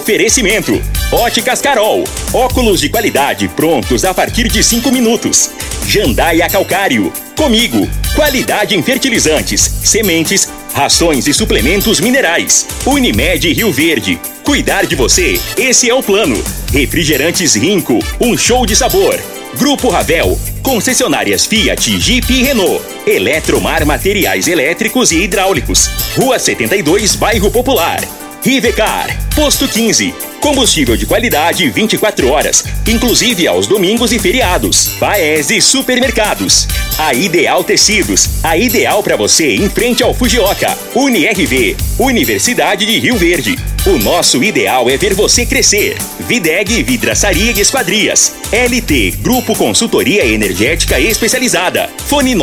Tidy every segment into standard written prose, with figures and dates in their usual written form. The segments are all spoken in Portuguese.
Oferecimento: Óticas Carol, óculos de qualidade prontos a partir de 5 minutos. Jandaia Calcário, comigo, qualidade em fertilizantes, sementes, rações e suplementos minerais. Unimed Rio Verde, cuidar de você, esse é o plano. Refrigerantes Rinco, um show de sabor. Grupo Ravel, concessionárias Fiat, Jeep e Renault. Eletromar Materiais Elétricos e Hidráulicos, Rua 72, Bairro Popular. Rivecar, Posto 15, combustível de qualidade 24 horas, inclusive aos domingos e feriados. Paese Supermercados, a Ideal Tecidos, a ideal para você em frente ao Fujioka. UniRV, Universidade de Rio Verde. O nosso ideal é ver você crescer. Videg Vidraçaria e Esquadrias. LT Grupo Consultoria Energética Especializada. Fone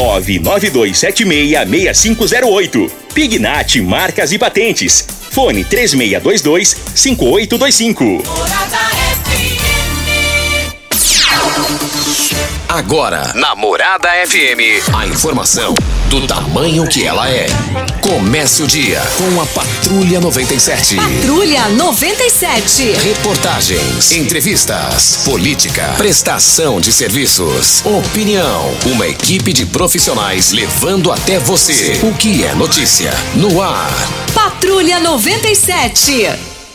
992766508. Pignat Marcas e Patentes. Fone 3622-5825. Agora, na Morada FM, a informação do tamanho que ela é. Comece o dia com a Patrulha 97. Patrulha 97. Reportagens, entrevistas, política, prestação de serviços, opinião. Uma equipe de profissionais levando até você o que é notícia no ar. Patrulha 97.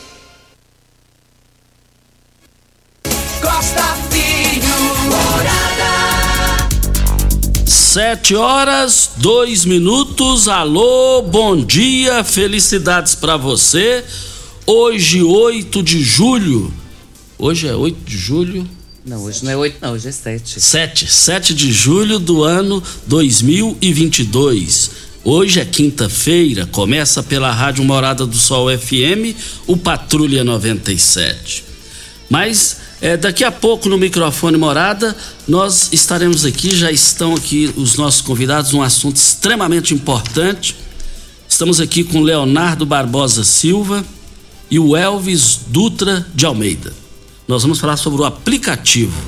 Costa Filho, Morada. 7h02. Alô, bom dia, felicidades pra você. Hoje, 8 de julho. Hoje é 8 de julho? Não, hoje não é 8, não, hoje é 7. 7 de julho do ano 2022. Hoje é quinta-feira, começa pela Rádio Morada do Sol FM, o Patrulha 97. Mas daqui a pouco no microfone Morada, nós estaremos aqui, já estão aqui os nossos convidados, um assunto extremamente importante. Estamos aqui com Leonardo Barbosa Silva e o Elvis Dutra de Almeida. Nós vamos falar sobre o aplicativo,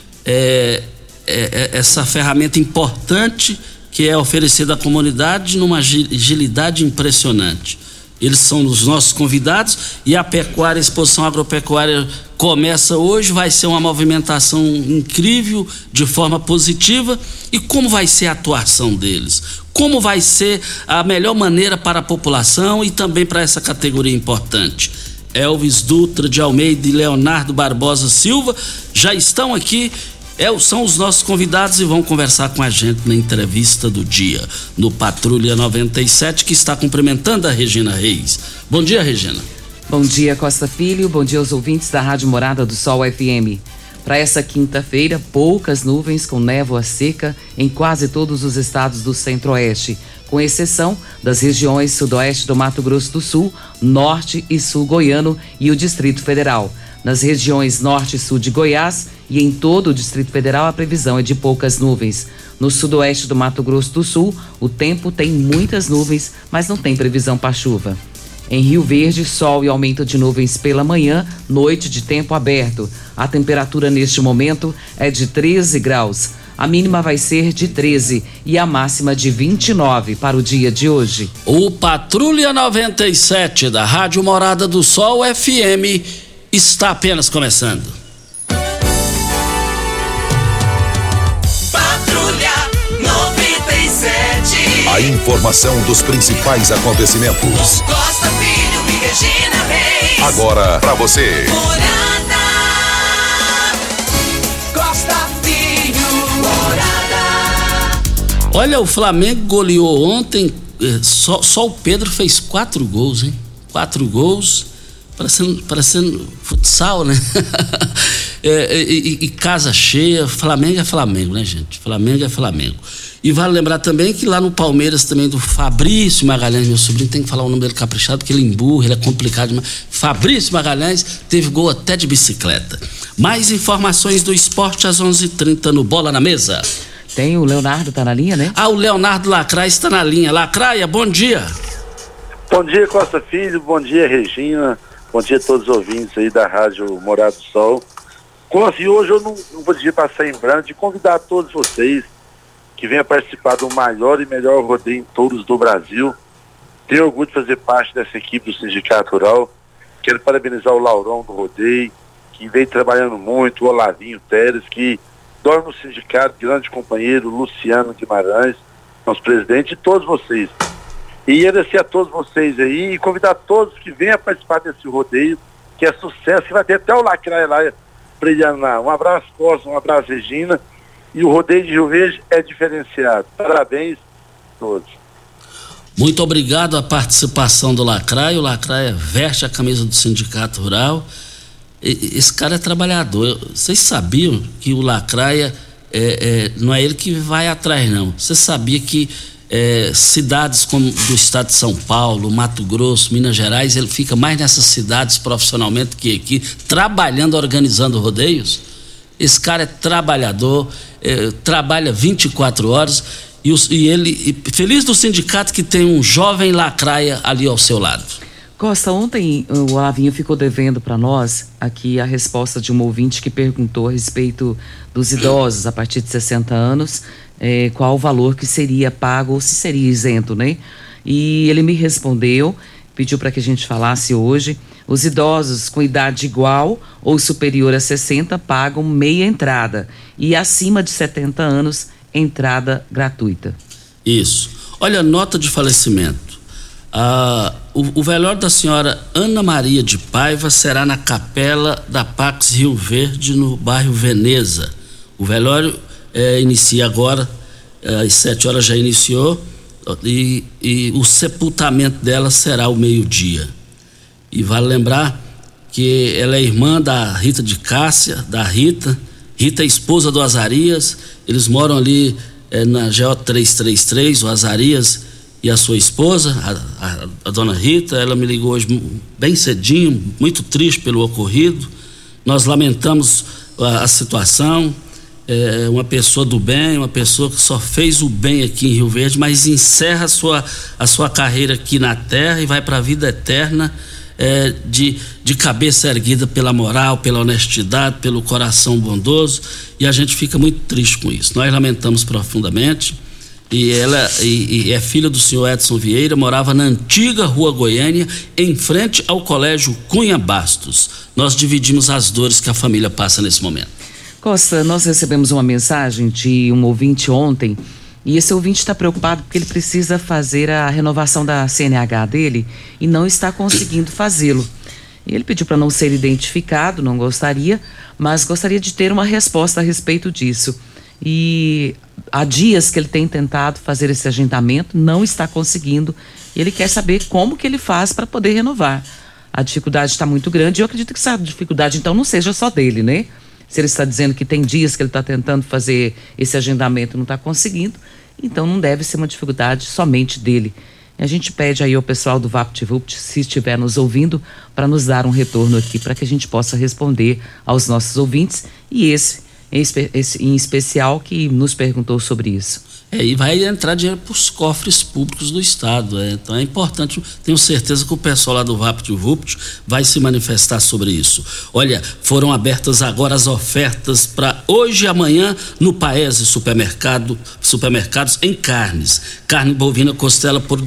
essa ferramenta importante que é oferecida à comunidade numa agilidade impressionante. Eles são os nossos convidados e a exposição agropecuária começa hoje, vai ser uma movimentação incrível, de forma positiva. E como vai ser a atuação deles? Como vai ser a melhor maneira para a população e também para essa categoria importante? Elvis Dutra de Almeida e Leonardo Barbosa Silva já estão aqui. São os nossos convidados e vão conversar com a gente na entrevista do dia, no Patrulha 97, que está cumprimentando a Regina Reis. Bom dia, Regina. Bom dia, Costa Filho. Bom dia aos ouvintes da Rádio Morada do Sol FM. Para essa quinta-feira, poucas nuvens com névoa seca em quase todos os estados do Centro-Oeste, com exceção das regiões sudoeste do Mato Grosso do Sul, norte e sul goiano e o Distrito Federal. Nas regiões norte e sul de Goiás e em todo o Distrito Federal, a previsão é de poucas nuvens. No sudoeste do Mato Grosso do Sul, o tempo tem muitas nuvens, mas não tem previsão para chuva. Em Rio Verde, sol e aumento de nuvens pela manhã, noite de tempo aberto. A temperatura neste momento é de 13 graus. A mínima vai ser de 13 e a máxima de 29 para o dia de hoje. O Patrulha 97 da Rádio Morada do Sol FM está apenas começando. Patrulha 97. A informação dos principais acontecimentos. Costa Filho e Regina Reis. Agora pra você. Morada. Costa Filho, Morada. Olha, o Flamengo goleou ontem, só o Pedro fez 4 gols, hein? 4 gols. Parecendo futsal, né? E casa cheia. Flamengo é Flamengo, né, gente? Flamengo é Flamengo. E vale lembrar também que lá no Palmeiras também, do Fabrício Magalhães, meu sobrinho, tem que falar o nome dele caprichado, porque ele emburra, ele é complicado demais. Fabrício Magalhães teve gol até de bicicleta. Mais informações do esporte às 11h30 no Bola na Mesa. Tem o Leonardo, tá na linha, né? O Leonardo Lacraia está na linha. Lacraia, bom dia. Bom dia, Costa Filho, bom dia, Regina. Bom dia a todos os ouvintes aí da Rádio Morada do Sol. E hoje eu não podia passar em branco de convidar todos vocês que venham participar do maior e melhor rodeio em touros do Brasil. Tenho orgulho de fazer parte dessa equipe do Sindicato Rural. Quero parabenizar o Laurão do Rodeio, que vem trabalhando muito, o Olavinho Teres, que dorme no sindicato, grande companheiro, Luciano Guimarães, nosso presidente, e todos vocês. E agradecer a todos vocês aí e convidar todos que venham a participar desse rodeio, que é sucesso, que vai ter até o Lacraia lá brilhando lá. Um abraço, Costa, um abraço, Regina. E o rodeio de Rio Verde é diferenciado. Parabéns a todos. Muito obrigado à participação do Lacraia. O Lacraia veste a camisa do Sindicato Rural. Esse cara é trabalhador. Vocês sabiam que o Lacraia não é ele que vai atrás, não. Você sabia que cidades como do estado de São Paulo, Mato Grosso, Minas Gerais, ele fica mais nessas cidades profissionalmente que aqui, trabalhando, organizando rodeios? Esse cara é trabalhador, trabalha 24 horas e ele feliz do sindicato que tem um jovem Lacraia ali ao seu lado. Costa, ontem o Olavinho ficou devendo para nós aqui a resposta de um ouvinte que perguntou a respeito dos idosos a partir de 60 anos, qual o valor que seria pago ou se seria isento, né? E ele me respondeu, pediu para que a gente falasse hoje, os idosos com idade igual ou superior a 60 pagam meia entrada e acima de 70 anos, entrada gratuita. Isso. Olha, nota de falecimento. O velório da senhora Ana Maria de Paiva será na capela da Pax Rio Verde, no bairro Veneza. O velório inicia agora, às 7 horas já iniciou, e o sepultamento dela será ao meio-dia. E vale lembrar que ela é irmã da Rita de Cássia, da Rita é esposa do Azarias, eles moram ali na GO 333, o Azarias e a sua esposa, a dona Rita. Ela me ligou hoje bem cedinho, muito triste pelo ocorrido. Nós lamentamos a situação. Uma pessoa do bem, uma pessoa que só fez o bem aqui em Rio Verde, mas encerra a sua carreira aqui na terra e vai para a vida eterna, de cabeça erguida pela moral, pela honestidade, pelo coração bondoso, e a gente fica muito triste com isso. Nós lamentamos profundamente. E ela é filha do senhor Edson Vieira, morava na antiga Rua Goiânia, em frente ao Colégio Cunha Bastos. Nós dividimos as dores que a família passa nesse momento. Costa, nós recebemos uma mensagem de um ouvinte ontem, e esse ouvinte está preocupado porque ele precisa fazer a renovação da CNH dele e não está conseguindo fazê-lo. Ele pediu para não ser identificado, não gostaria, mas gostaria de ter uma resposta a respeito disso. E há dias que ele tem tentado fazer esse agendamento, não está conseguindo, e ele quer saber como que ele faz para poder renovar. A dificuldade está muito grande, e eu acredito que essa dificuldade então não seja só dele, né? Se ele está dizendo que tem dias que ele está tentando fazer esse agendamento e não está conseguindo, então não deve ser uma dificuldade somente dele. E a gente pede aí ao pessoal do VaptVupt, se estiver nos ouvindo, para nos dar um retorno aqui, para que a gente possa responder aos nossos ouvintes, e esse em especial que nos perguntou sobre isso. E vai entrar dinheiro para os cofres públicos do estado. Então é importante, tenho certeza que o pessoal lá do VaptVupt vai se manifestar sobre isso. Olha, foram abertas agora as ofertas para hoje e amanhã no Paese supermercados em carnes. Carne bovina costela por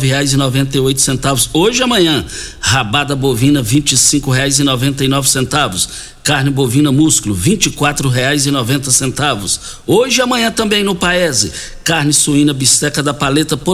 R$19,98 hoje e amanhã. Rabada bovina R$25,99. Carne bovina músculo, R$24,90. Hoje e amanhã também no Paese. Carne suína bisteca da paleta por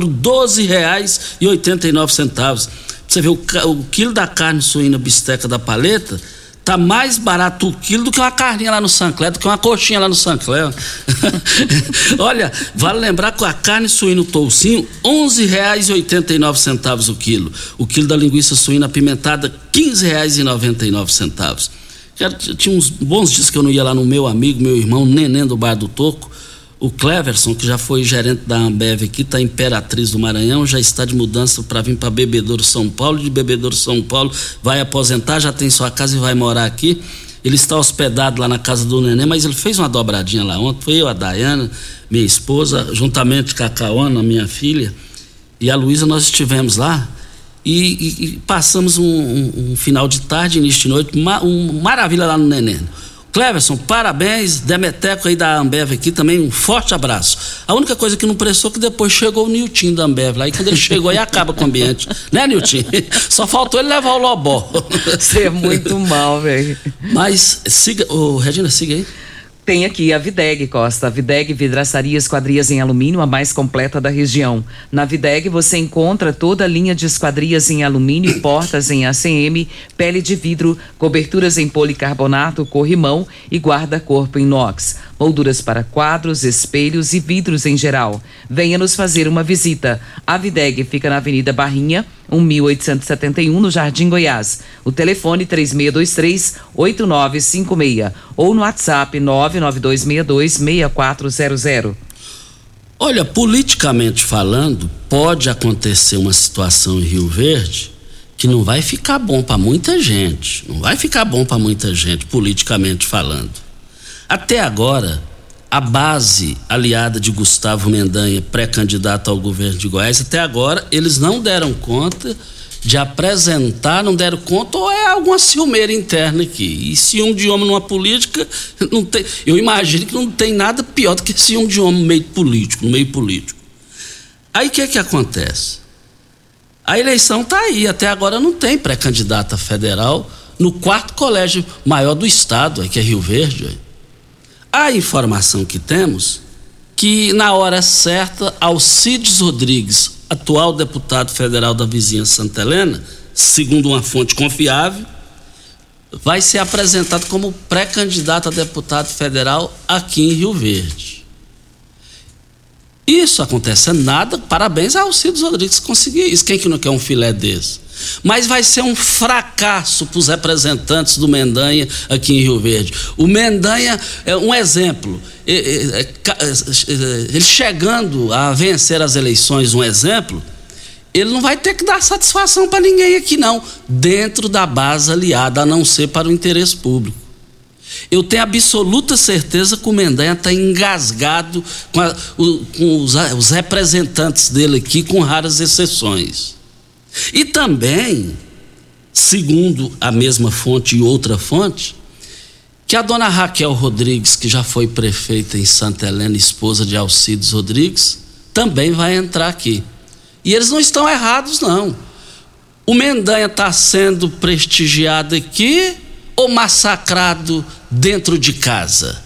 R$12,89. Você vê, o quilo da carne suína bisteca da paleta tá mais barato o quilo do que uma carninha lá no Sancler, do que uma coxinha lá no Sancler. Olha, vale lembrar que a carne suína toucinho, R$11,89 o quilo. O quilo da linguiça suína apimentada, R$15,99. Tinha uns bons dias que eu não ia lá no meu amigo, meu irmão, Neném do Bar do Toco, o Cleverson, que já foi gerente da Ambev aqui, está em Imperatriz do Maranhão, já está de mudança para vir para Bebedouro São Paulo, de Bebedouro São Paulo vai aposentar, já tem sua casa e vai morar aqui. Ele está hospedado lá na casa do Neném, mas ele fez uma dobradinha lá ontem, foi eu, a Dayana, minha esposa, juntamente com a Cauana, minha filha, e a Luísa, nós estivemos lá. E passamos um final de tarde, início de noite, maravilha lá no Neném. Cleverson, parabéns, Demeteco aí da Ambev aqui também, um forte abraço. A única coisa que não prestou é que depois chegou o Nilton da Ambev lá, e quando ele chegou aí acaba com o ambiente, né, Nilton? Só faltou ele levar o lobó. Você é muito mal, velho. Mas siga, Regina, siga aí. Tem aqui a Videg, Costa. A Videg Vidraçaria Esquadrias em Alumínio, a mais completa da região. Na Videg você encontra toda a linha de esquadrias em alumínio, portas em ACM, pele de vidro, coberturas em policarbonato, corrimão e guarda-corpo em inox. Molduras para quadros, espelhos e vidros em geral. Venha nos fazer uma visita. A Videg fica na Avenida Barrinha, 1871, no Jardim Goiás. O telefone 3623-8956 ou no WhatsApp 99262-6400. Olha, politicamente falando, pode acontecer uma situação em Rio Verde que não vai ficar bom para muita gente. Não vai ficar bom para muita gente, politicamente falando. Até agora, a base aliada de Gustavo Mendanha, pré-candidato ao governo de Goiás, até agora eles não deram conta de apresentar, não deram conta, ou é alguma ciumeira interna aqui. E ciúme de homem numa política, não tem, eu imagino que não tem nada pior do que ciúme de homem no meio político. Aí o que acontece? A eleição está aí, até agora não tem pré-candidata federal no 4º colégio maior do estado, que é Rio Verde. A informação que temos, que na hora certa, Alcides Rodrigues, atual deputado federal da vizinha Santa Helena, segundo uma fonte confiável, vai ser apresentado como pré-candidato a deputado federal aqui em Rio Verde. Isso acontecendo nada, parabéns a Alcides Rodrigues conseguir isso. Quem que não quer um filé desse? Mas vai ser um fracasso para os representantes do Mendanha aqui em Rio Verde. O Mendanha é um exemplo. Ele chegando a vencer as eleições, um exemplo, ele não vai ter que dar satisfação para ninguém aqui não, dentro da base aliada, a não ser para o interesse público. Eu tenho absoluta certeza que o Mendanha está engasgado com os representantes dele aqui, com raras exceções. E também, segundo a mesma fonte e outra fonte, que a dona Raquel Rodrigues, que já foi prefeita em Santa Helena, esposa de Alcides Rodrigues, também vai entrar aqui. E eles não estão errados, não. O Mendanha está sendo prestigiado aqui ou massacrado dentro de casa?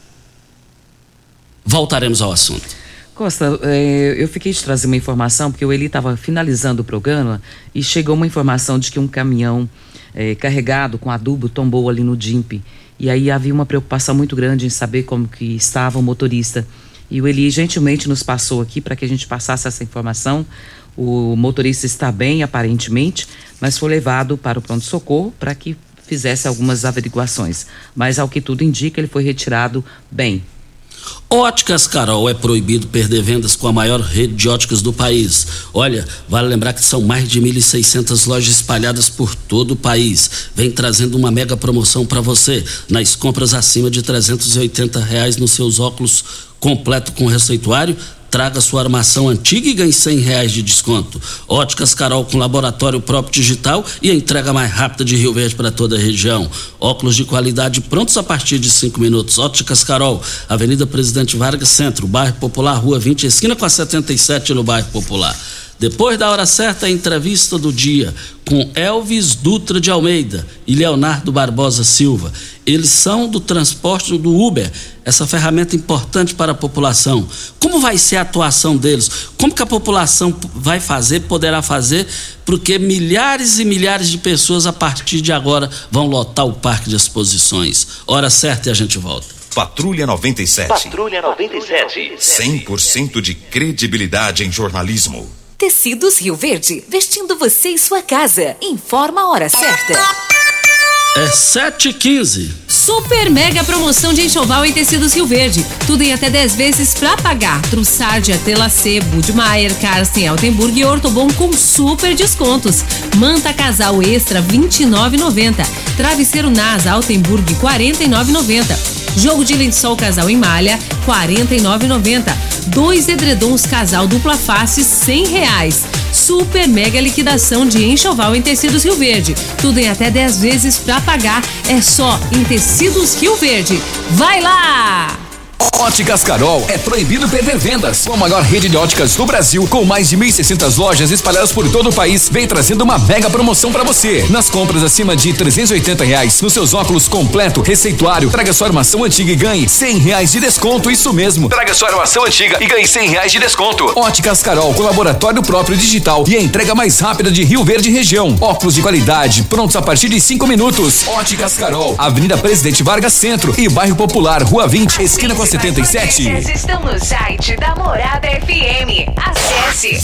Voltaremos ao assunto. Costa, eu fiquei de trazer uma informação, porque o Eli estava finalizando o programa e chegou uma informação de que um caminhão carregado com adubo tombou ali no DIMP. E aí havia uma preocupação muito grande em saber como que estava o motorista. E o Eli gentilmente nos passou aqui para que a gente passasse essa informação. O motorista está bem, aparentemente, mas foi levado para o pronto-socorro para que fizesse algumas averiguações. Mas, ao que tudo indica, ele foi retirado bem. Óticas Carol, é proibido perder vendas com a maior rede de óticas do país. Olha, vale lembrar que são mais de 1.600 lojas espalhadas por todo o país. Vem trazendo uma mega promoção para você. Nas compras acima de R$380 nos seus óculos completo com receituário, traga sua armação antiga e ganhe R$100 de desconto. Óticas Carol, com laboratório próprio digital e a entrega mais rápida de Rio Verde para toda a região. Óculos de qualidade prontos a partir de 5 minutos. Óticas Carol, Avenida Presidente Vargas Centro, Bairro Popular, Rua 20, esquina com a 77 no Bairro Popular. Depois da hora certa, a entrevista do dia com Elvis Dutra de Almeida e Leonardo Barbosa Silva. Eles são do transporte do Uber, essa ferramenta importante para a população. Como vai ser a atuação deles? Como que a população vai fazer, poderá fazer, porque milhares e milhares de pessoas a partir de agora vão lotar o Parque de Exposições. Hora certa e a gente volta. Patrulha 97. Patrulha 97. 100% de credibilidade em jornalismo. Tecidos Rio Verde, vestindo você e sua casa. Informa a hora certa. É 7h15. Super mega promoção de enxoval em Tecidos Rio Verde. Tudo em até 10 vezes pra pagar. Trussardia, Telacê, Budmeier, Karsten, Altenburg e Ortobon com super descontos. Manta casal extra R$29,90. Travesseiro NASA Altenburg R$49,90. Jogo de lençol casal em malha, R$ 49,90. 2 edredons casal dupla face, R$ 100. Super mega liquidação de enxoval em Tecidos Rio Verde. Tudo em até 10 vezes pra pagar. É só em Tecidos Rio Verde. Vai lá! Óticas Carol, é proibido perder vendas. Com a maior rede de óticas do Brasil, com mais de 1.600 lojas espalhadas por todo o país, vem trazendo uma mega promoção para você. Nas compras acima de R$380, nos seus óculos completo, receituário, traga sua armação antiga e ganhe R$100 de desconto. Isso mesmo, traga sua armação antiga e ganhe R$100 de desconto. Óticas Carol, com laboratório próprio digital e a entrega mais rápida de Rio Verde região. Óculos de qualidade, prontos a partir de 5 minutos. Óticas Carol, Avenida Presidente Vargas Centro e Bairro Popular, Rua 20, esquina com a 77. Estão no site da Morada FM. Acesse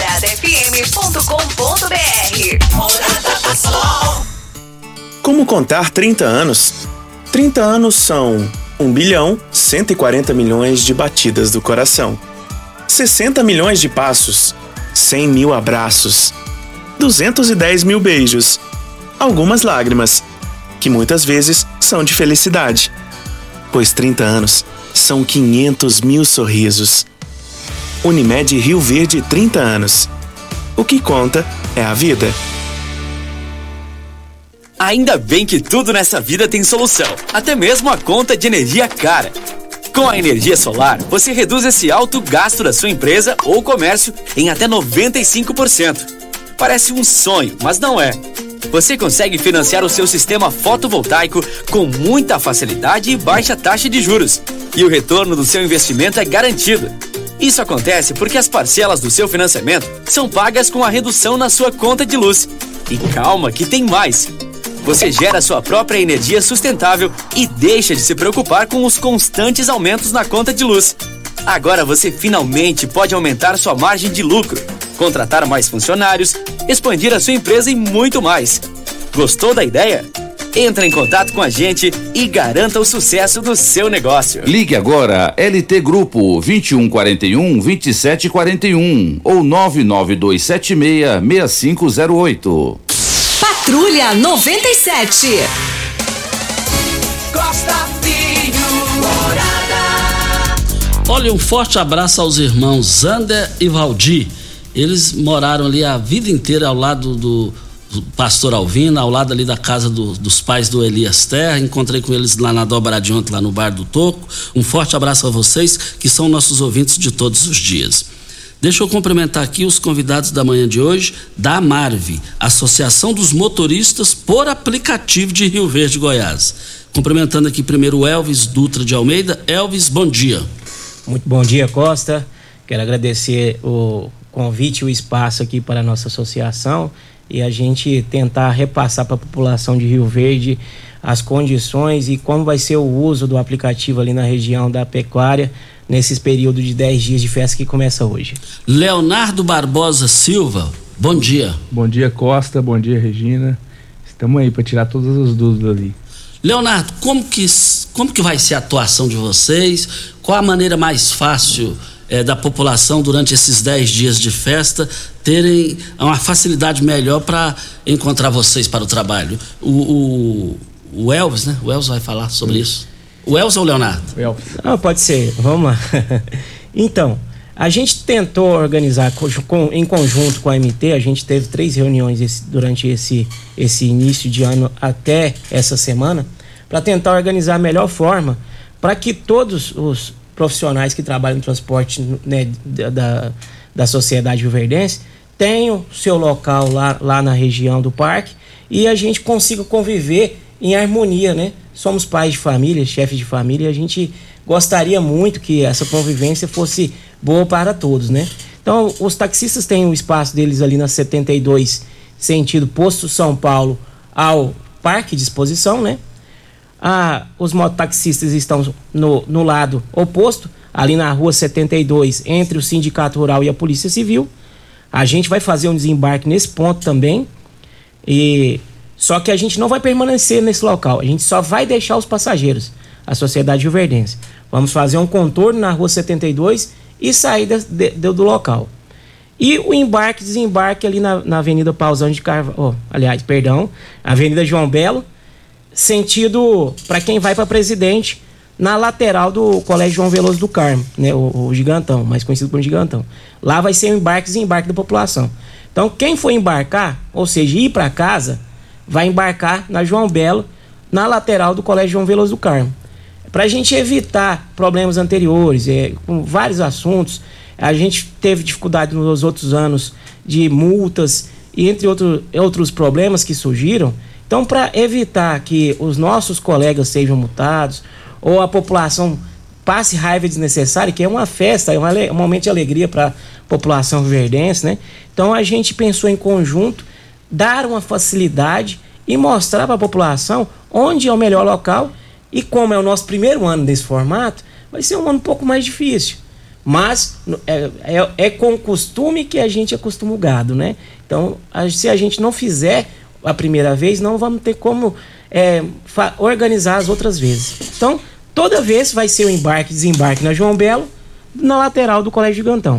moradafm.com.br. Morada do Sol. Como contar 30 anos? 30 anos são 1.140 milhões de batidas do coração, 60 milhões de passos, 100 mil abraços, 210 mil beijos, algumas lágrimas, que muitas vezes são de felicidade, pois 30 anos são 500 mil sorrisos. Unimed Rio Verde, 30 anos. O que conta é a vida. Ainda bem que tudo nessa vida tem solução, até mesmo a conta de energia cara. Com a energia solar, você reduz esse alto gasto da sua empresa ou comércio em até 95%. Parece um sonho, mas não é. Você consegue financiar o seu sistema fotovoltaico com muita facilidade e baixa taxa de juros. E o retorno do seu investimento é garantido. Isso acontece porque as parcelas do seu financiamento são pagas com a redução na sua conta de luz. E calma que tem mais. Você gera sua própria energia sustentável e deixa de se preocupar com os constantes aumentos na conta de luz. Agora você finalmente pode aumentar sua margem de lucro, contratar mais funcionários, expandir a sua empresa e muito mais. Gostou da ideia? Entre em contato com a gente e garanta o sucesso do seu negócio. Ligue agora, LT Grupo 2141-2741 ou 99276-6508. Patrulha 97. Costa Filho, Morada. Olha, um forte abraço aos irmãos Zander e Valdir. Eles moraram ali a vida inteira ao lado do pastor Alvino, ao lado ali da casa dos pais do Elias Terra. Encontrei com eles lá na dobradinha ontem, lá no Bar do Toco. Um forte abraço a vocês, que são nossos ouvintes de todos os dias. Deixa eu cumprimentar aqui os convidados da manhã de hoje, da Amarv, Associação dos Motoristas por Aplicativo de Rio Verde, Goiás. Cumprimentando aqui primeiro o Elvis Dutra de Almeida. Elvis, bom dia. Muito bom dia, Costa. Quero agradecer o convite e o espaço aqui para a nossa associação e a gente tentar repassar para a população de Rio Verde as condições e como vai ser o uso do aplicativo ali na região da pecuária nesses períodos de 10 dias de festa que começa hoje. Leonardo Barbosa Silva, bom dia. Bom dia, Costa, bom dia, Regina. Estamos aí para tirar todas as dúvidas ali. Leonardo, como que vai ser a atuação de vocês? Qual a maneira mais fácil da população durante esses 10 dias de festa terem uma facilidade melhor para encontrar vocês para o trabalho? O Elvis, né? O Elvis vai falar sobre isso. O Elvis ou o Leonardo? O Elvis. Não, pode ser, vamos lá. Então, a gente tentou organizar em conjunto com a MT, a gente teve 3 reuniões durante esse início de ano até essa semana, para tentar organizar a melhor forma para que todos os profissionais que trabalham no transporte, né, da sociedade rioverdense tenham seu local lá na região do parque e a gente consiga conviver em harmonia, né? Somos pais de família, chefes de família, e a gente gostaria muito que essa convivência fosse boa para todos, né? Então, os taxistas têm o espaço deles ali na 72, sentido Posto São Paulo ao Parque de Exposição, né? Os mototaxistas estão no lado oposto, ali na rua 72, entre o Sindicato Rural e a Polícia Civil. A gente vai fazer um desembarque nesse ponto também, só que a gente não vai permanecer nesse local, a gente só vai deixar os passageiros, a sociedade rioverdense. Vamos fazer um contorno na rua 72 e sair do local. E o desembarque ali na Avenida Pausão de Carvalho, Avenida João Belo, sentido para quem vai para Presidente, na lateral do Colégio João Veloso do Carmo, né, o Gigantão, mais conhecido como Gigantão. Lá vai ser um embarque e desembarque da população. Então, quem for embarcar, ou seja, ir para casa, vai embarcar na João Belo, na lateral do Colégio João Veloso do Carmo. Para a gente evitar problemas anteriores, com vários assuntos, a gente teve dificuldade nos outros anos de multas e entre outros problemas que surgiram. Então, para evitar que os nossos colegas sejam multados ou a população passe raiva desnecessária, que é uma festa, é um momento de alegria para a população rioverdense, né? Então, a gente pensou em conjunto dar uma facilidade e mostrar para a população onde é o melhor local. E como é o nosso primeiro ano desse formato, vai ser um ano um pouco mais difícil. Mas é com o costume que a gente acostuma o gado, né? Então, se a gente não fizer a primeira vez, não vamos ter como organizar as outras vezes. Então, toda vez vai ser o embarque e desembarque na João Belo, na lateral do Colégio Gigantão.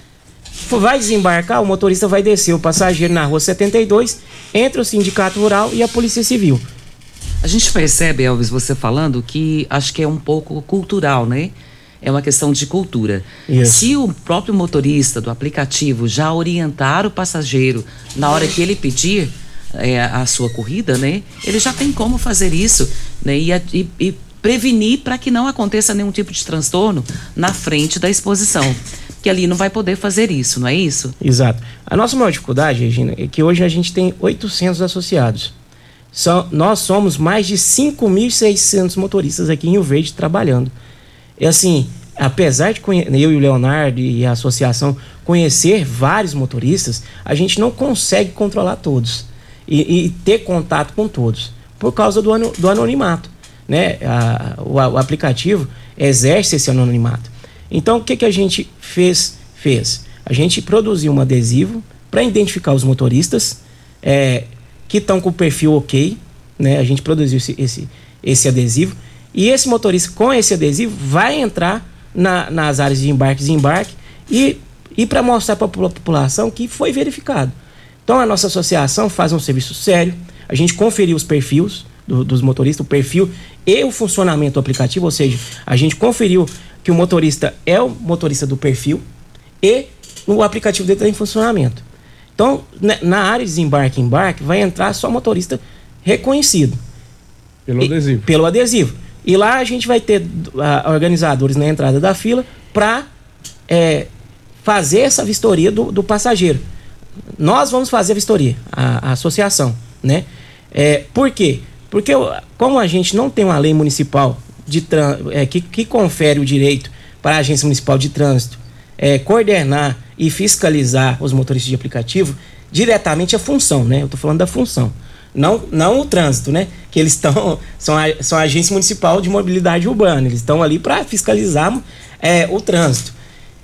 Vai desembarcar, o motorista vai descer o passageiro na rua 72, entre o Sindicato Rural e a Polícia Civil. A gente percebe, Elvis, você falando, que acho que é um pouco cultural, né? É uma questão de cultura. Isso. Se o próprio motorista do aplicativo já orientar o passageiro na hora que ele pedir a sua corrida, né? Ele já tem como fazer isso, né? E prevenir para que não aconteça nenhum tipo de transtorno na frente da exposição. Que ali não vai poder fazer isso, não é isso? Exato. A nossa maior dificuldade, Regina, é que hoje a gente tem 800 associados. Nós somos mais de 5.600 motoristas aqui em Rio Verde trabalhando. E assim, apesar de eu e o Leonardo e a associação conhecer vários motoristas, a gente não consegue controlar todos e ter contato com todos, por causa do anonimato, né? O aplicativo exerce esse anonimato. Então, o que a gente fez? A gente produziu um adesivo para identificar os motoristas que estão com o perfil ok, né? A gente produziu esse adesivo, e esse motorista com esse adesivo vai entrar nas áreas de embarque e desembarque e para mostrar para a população que foi verificado. Então, a nossa associação faz um serviço sério. A gente conferiu os perfis dos motoristas, o perfil e o funcionamento do aplicativo, ou seja, a gente conferiu que o motorista é o motorista do perfil e o aplicativo dele está em funcionamento. Então, na área de desembarque e embarque, vai entrar só motorista reconhecido. Pelo adesivo. E lá a gente vai ter organizadores na entrada da fila para fazer essa vistoria do passageiro. Nós vamos fazer a vistoria, a associação, né? Por quê? Porque como a gente não tem uma lei municipal que confere o direito para a Agência Municipal de Trânsito coordenar e fiscalizar os motoristas de aplicativo, diretamente a função, né? Eu estou falando da função, não o trânsito, né? Que eles são a Agência Municipal de Mobilidade Urbana, eles estão ali para fiscalizar o trânsito.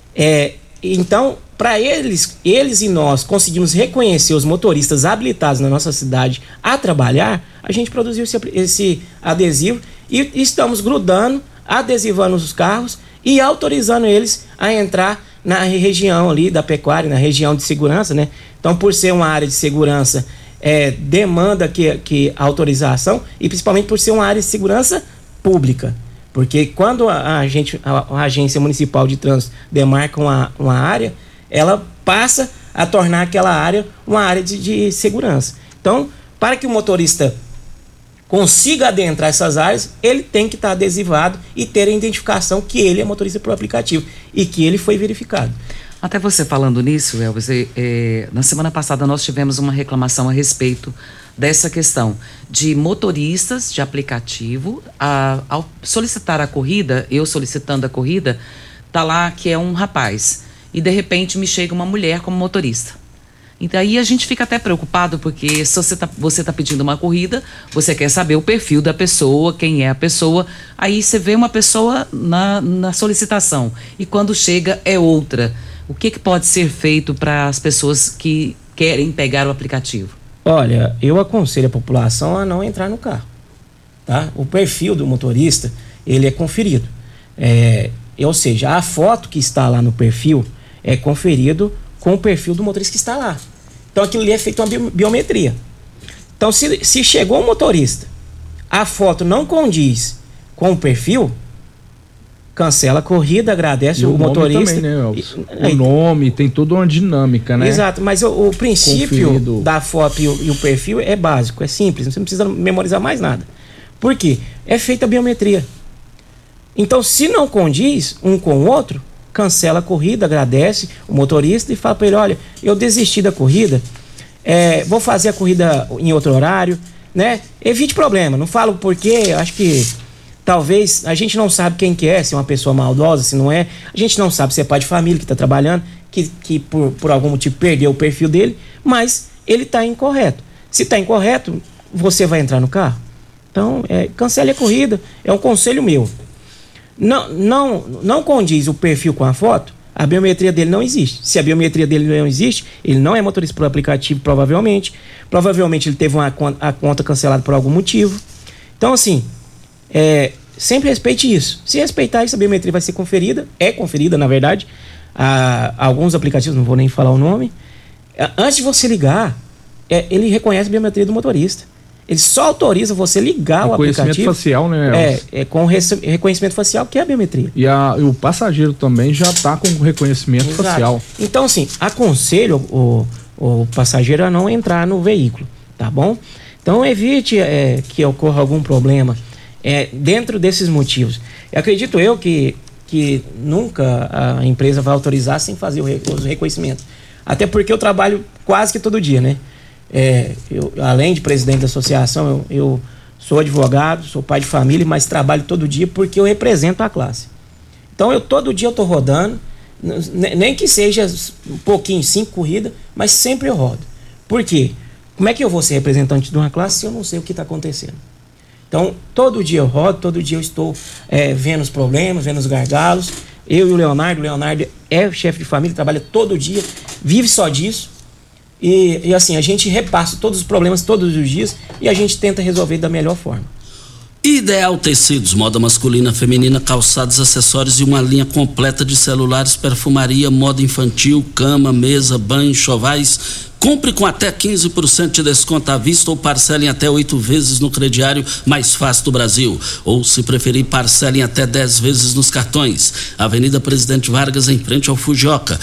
Então, para eles e nós conseguimos reconhecer os motoristas habilitados na nossa cidade a trabalhar, a gente produziu esse adesivo e estamos grudando, adesivando os carros e autorizando eles a entrar na região ali da pecuária, na região de segurança, né? Então, por ser uma área de segurança, demanda que a autorização, e principalmente por ser uma área de segurança pública. Porque quando a Agência Municipal de Trânsito demarca uma área, ela passa a tornar aquela área uma área de segurança. Então, para que o motorista consiga adentrar essas áreas, ele tem que estar adesivado e ter a identificação que ele é motorista por aplicativo e que ele foi verificado. Até você falando nisso, Elvis, na semana passada nós tivemos uma reclamação a respeito dessa questão de motoristas de aplicativo, ao solicitar a corrida, eu solicitando a corrida, tá lá que é um rapaz e de repente me chega uma mulher como motorista. Então aí a gente fica até preocupado, porque se você tá pedindo uma corrida, você quer saber o perfil da pessoa, quem é a pessoa, aí você vê uma pessoa na solicitação e quando chega é outra. O que pode ser feito para as pessoas que querem pegar o aplicativo? Olha, eu aconselho a população a não entrar no carro, tá? O perfil do motorista, ele é conferido. Ou seja, a foto que está lá no perfil é conferido com o perfil do motorista que está lá. Então aquilo ali é feito uma biometria. Então se chegou um motorista, a foto não condiz com o perfil, cancela a corrida, agradece o motorista. Também, né, o nome, tem toda uma dinâmica, né? Exato, mas o princípio da foto e o perfil é básico, é simples, você não precisa memorizar mais nada. Por quê? É feita a biometria. Então, se não condiz um com o outro, cancela a corrida, agradece o motorista e fala para ele, olha, eu desisti da corrida, vou fazer a corrida em outro horário, né? Evite problema, não falo porquê, acho que talvez a gente não sabe quem que é, se é uma pessoa maldosa, se não é. A gente não sabe se é pai de família que está trabalhando, que por algum motivo perdeu o perfil dele, mas ele está incorreto. Se está incorreto, você vai entrar no carro. Então, cancele a corrida, é um conselho meu. Não condiz o perfil com a foto, a biometria dele não existe. Se a biometria dele não existe, ele não é motorista por aplicativo, provavelmente. Provavelmente ele teve a conta cancelada por algum motivo. Então, assim, sempre respeite isso. Se respeitar isso, a biometria vai ser conferida, na verdade, a alguns aplicativos, não vou nem falar o nome. Antes de você ligar, ele reconhece a biometria do motorista. Ele só autoriza você ligar o aplicativo. Reconhecimento facial, né? Com reconhecimento facial, que é a biometria. E o passageiro também já está com reconhecimento facial. Então, assim, aconselho o passageiro a não entrar no veículo, tá bom? Então, evite que ocorra algum problema dentro desses motivos. Eu acredito que nunca a empresa vai autorizar sem fazer o reconhecimento. Até porque eu trabalho quase que todo dia, né? Eu, além de presidente da associação, eu sou advogado, sou pai de família, mas trabalho todo dia porque eu represento a classe. Então, todo dia eu estou rodando, nem que seja um pouquinho, 5 corridas, mas sempre eu rodo. Por quê? Como é que eu vou ser representante de uma classe se eu não sei o que está acontecendo? Então, todo dia eu rodo, todo dia eu estou vendo os problemas, vendo os gargalos. Eu e o Leonardo é o chefe de família, trabalha todo dia, vive só disso. E assim, a gente repassa todos os problemas todos os dias e a gente tenta resolver da melhor forma. Ideal Tecidos, moda masculina, feminina, calçados, acessórios e uma linha completa de celulares, perfumaria, moda infantil, cama, mesa, banho, enxovais. Compre com até 15% de desconto à vista ou parcele em até 8 vezes no crediário mais fácil do Brasil. Ou, se preferir, parcele em até 10 vezes nos cartões. Avenida Presidente Vargas, em frente ao Fujioka,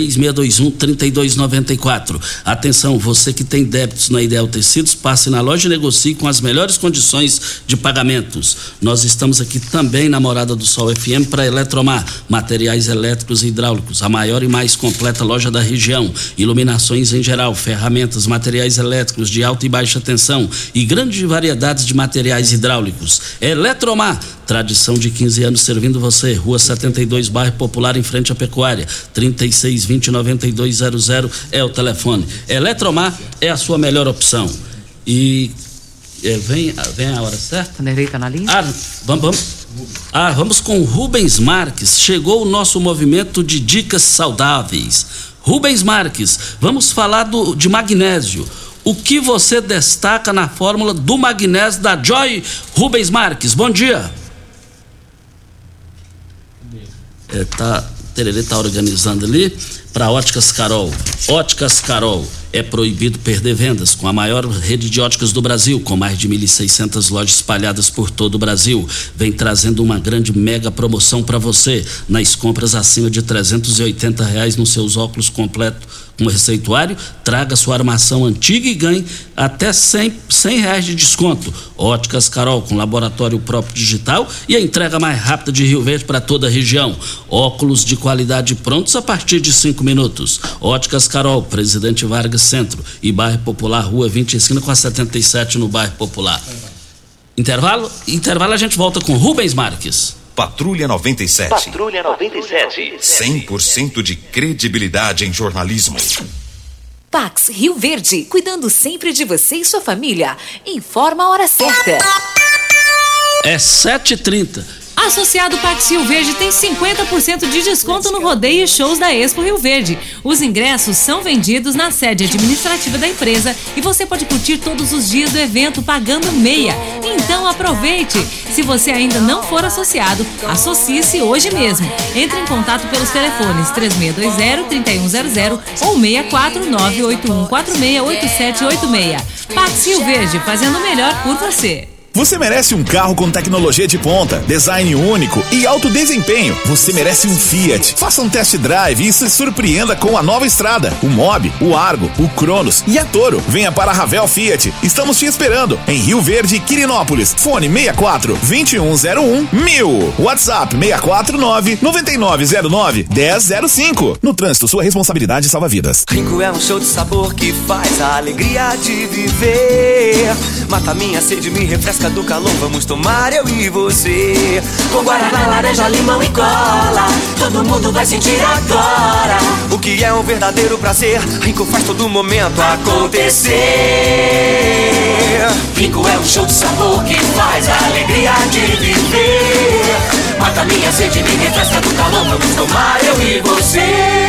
3621-3294. Atenção, você que tem débitos na Ideal Tecidos, passe na loja e negocie com as melhores condições de pagamentos. Nós estamos aqui também na Morada do Sol FM para Eletromar, materiais elétricos e hidráulicos, a maior e mais completa loja da região. Iluminações em geral, ferramentas, materiais elétricos de alta e baixa tensão e grande variedades de materiais hidráulicos. Eletromar, tradição de 15 anos servindo você. Rua 72, bairro Popular, em frente à Pecuária. 3620-9200 é o telefone. Eletromar é a sua melhor opção. E vem a hora certa? Vanderlei tá na linha? Vamos com Rubens Marques. Chegou o nosso movimento de dicas saudáveis. Rubens Marques, vamos falar de magnésio. O que você destaca na fórmula do magnésio da Joy? Rubens Marques, bom dia. Tererê tá organizando ali para Óticas Carol. Óticas Carol. É proibido perder vendas com a maior rede de óticas do Brasil, com mais de 1.600 lojas espalhadas por todo o Brasil. Vem trazendo uma grande mega promoção para você. Nas compras acima de R$380 nos seus óculos completos com receituário, traga sua armação antiga e ganhe até R$100 de desconto. Óticas Carol, com laboratório próprio digital e a entrega mais rápida de Rio Verde para toda a região. Óculos de qualidade prontos a partir de 5 minutos. Óticas Carol, Presidente Vargas Centro e bairro Popular, Rua 20, esquina com a 77 no bairro Popular. Intervalo, a gente volta com Rubens Marques. Patrulha 97. Patrulha 97. 100% de credibilidade em jornalismo. Pax Rio Verde, cuidando sempre de você e sua família. Informa a hora certa. É 7h30. Associado Pax Rio Verde tem 50% de desconto no rodeio e shows da Expo Rio Verde. Os ingressos são vendidos na sede administrativa da empresa e você pode curtir todos os dias do evento pagando meia. Então aproveite! Se você ainda não for associado, associe-se hoje mesmo. Entre em contato pelos telefones 3620-3100 ou 64981468786. Pax Rio Verde, fazendo o melhor por você. Você merece um carro com tecnologia de ponta, design único e alto desempenho. Você merece um Fiat. Faça um test drive e se surpreenda com a nova Estrada, o Mobi, o Argo, o Cronos e a Toro. Venha para a Ravel Fiat. Estamos te esperando em Rio Verde, Quirinópolis. Fone 64 2101 1000. WhatsApp 649 9909 1005. No trânsito, sua responsabilidade salva vidas. Rinco é um show de sabor que faz a alegria de viver. Mata minha sede, me refresca do calor, vamos tomar eu e você. Com guaraná, laranja, limão e cola, todo mundo vai sentir agora o que é um verdadeiro prazer. Rinco faz todo momento acontecer. Rinco é um show de sabor que faz a alegria de viver. Mata minha sede, me refresca do calor, vamos tomar eu e você.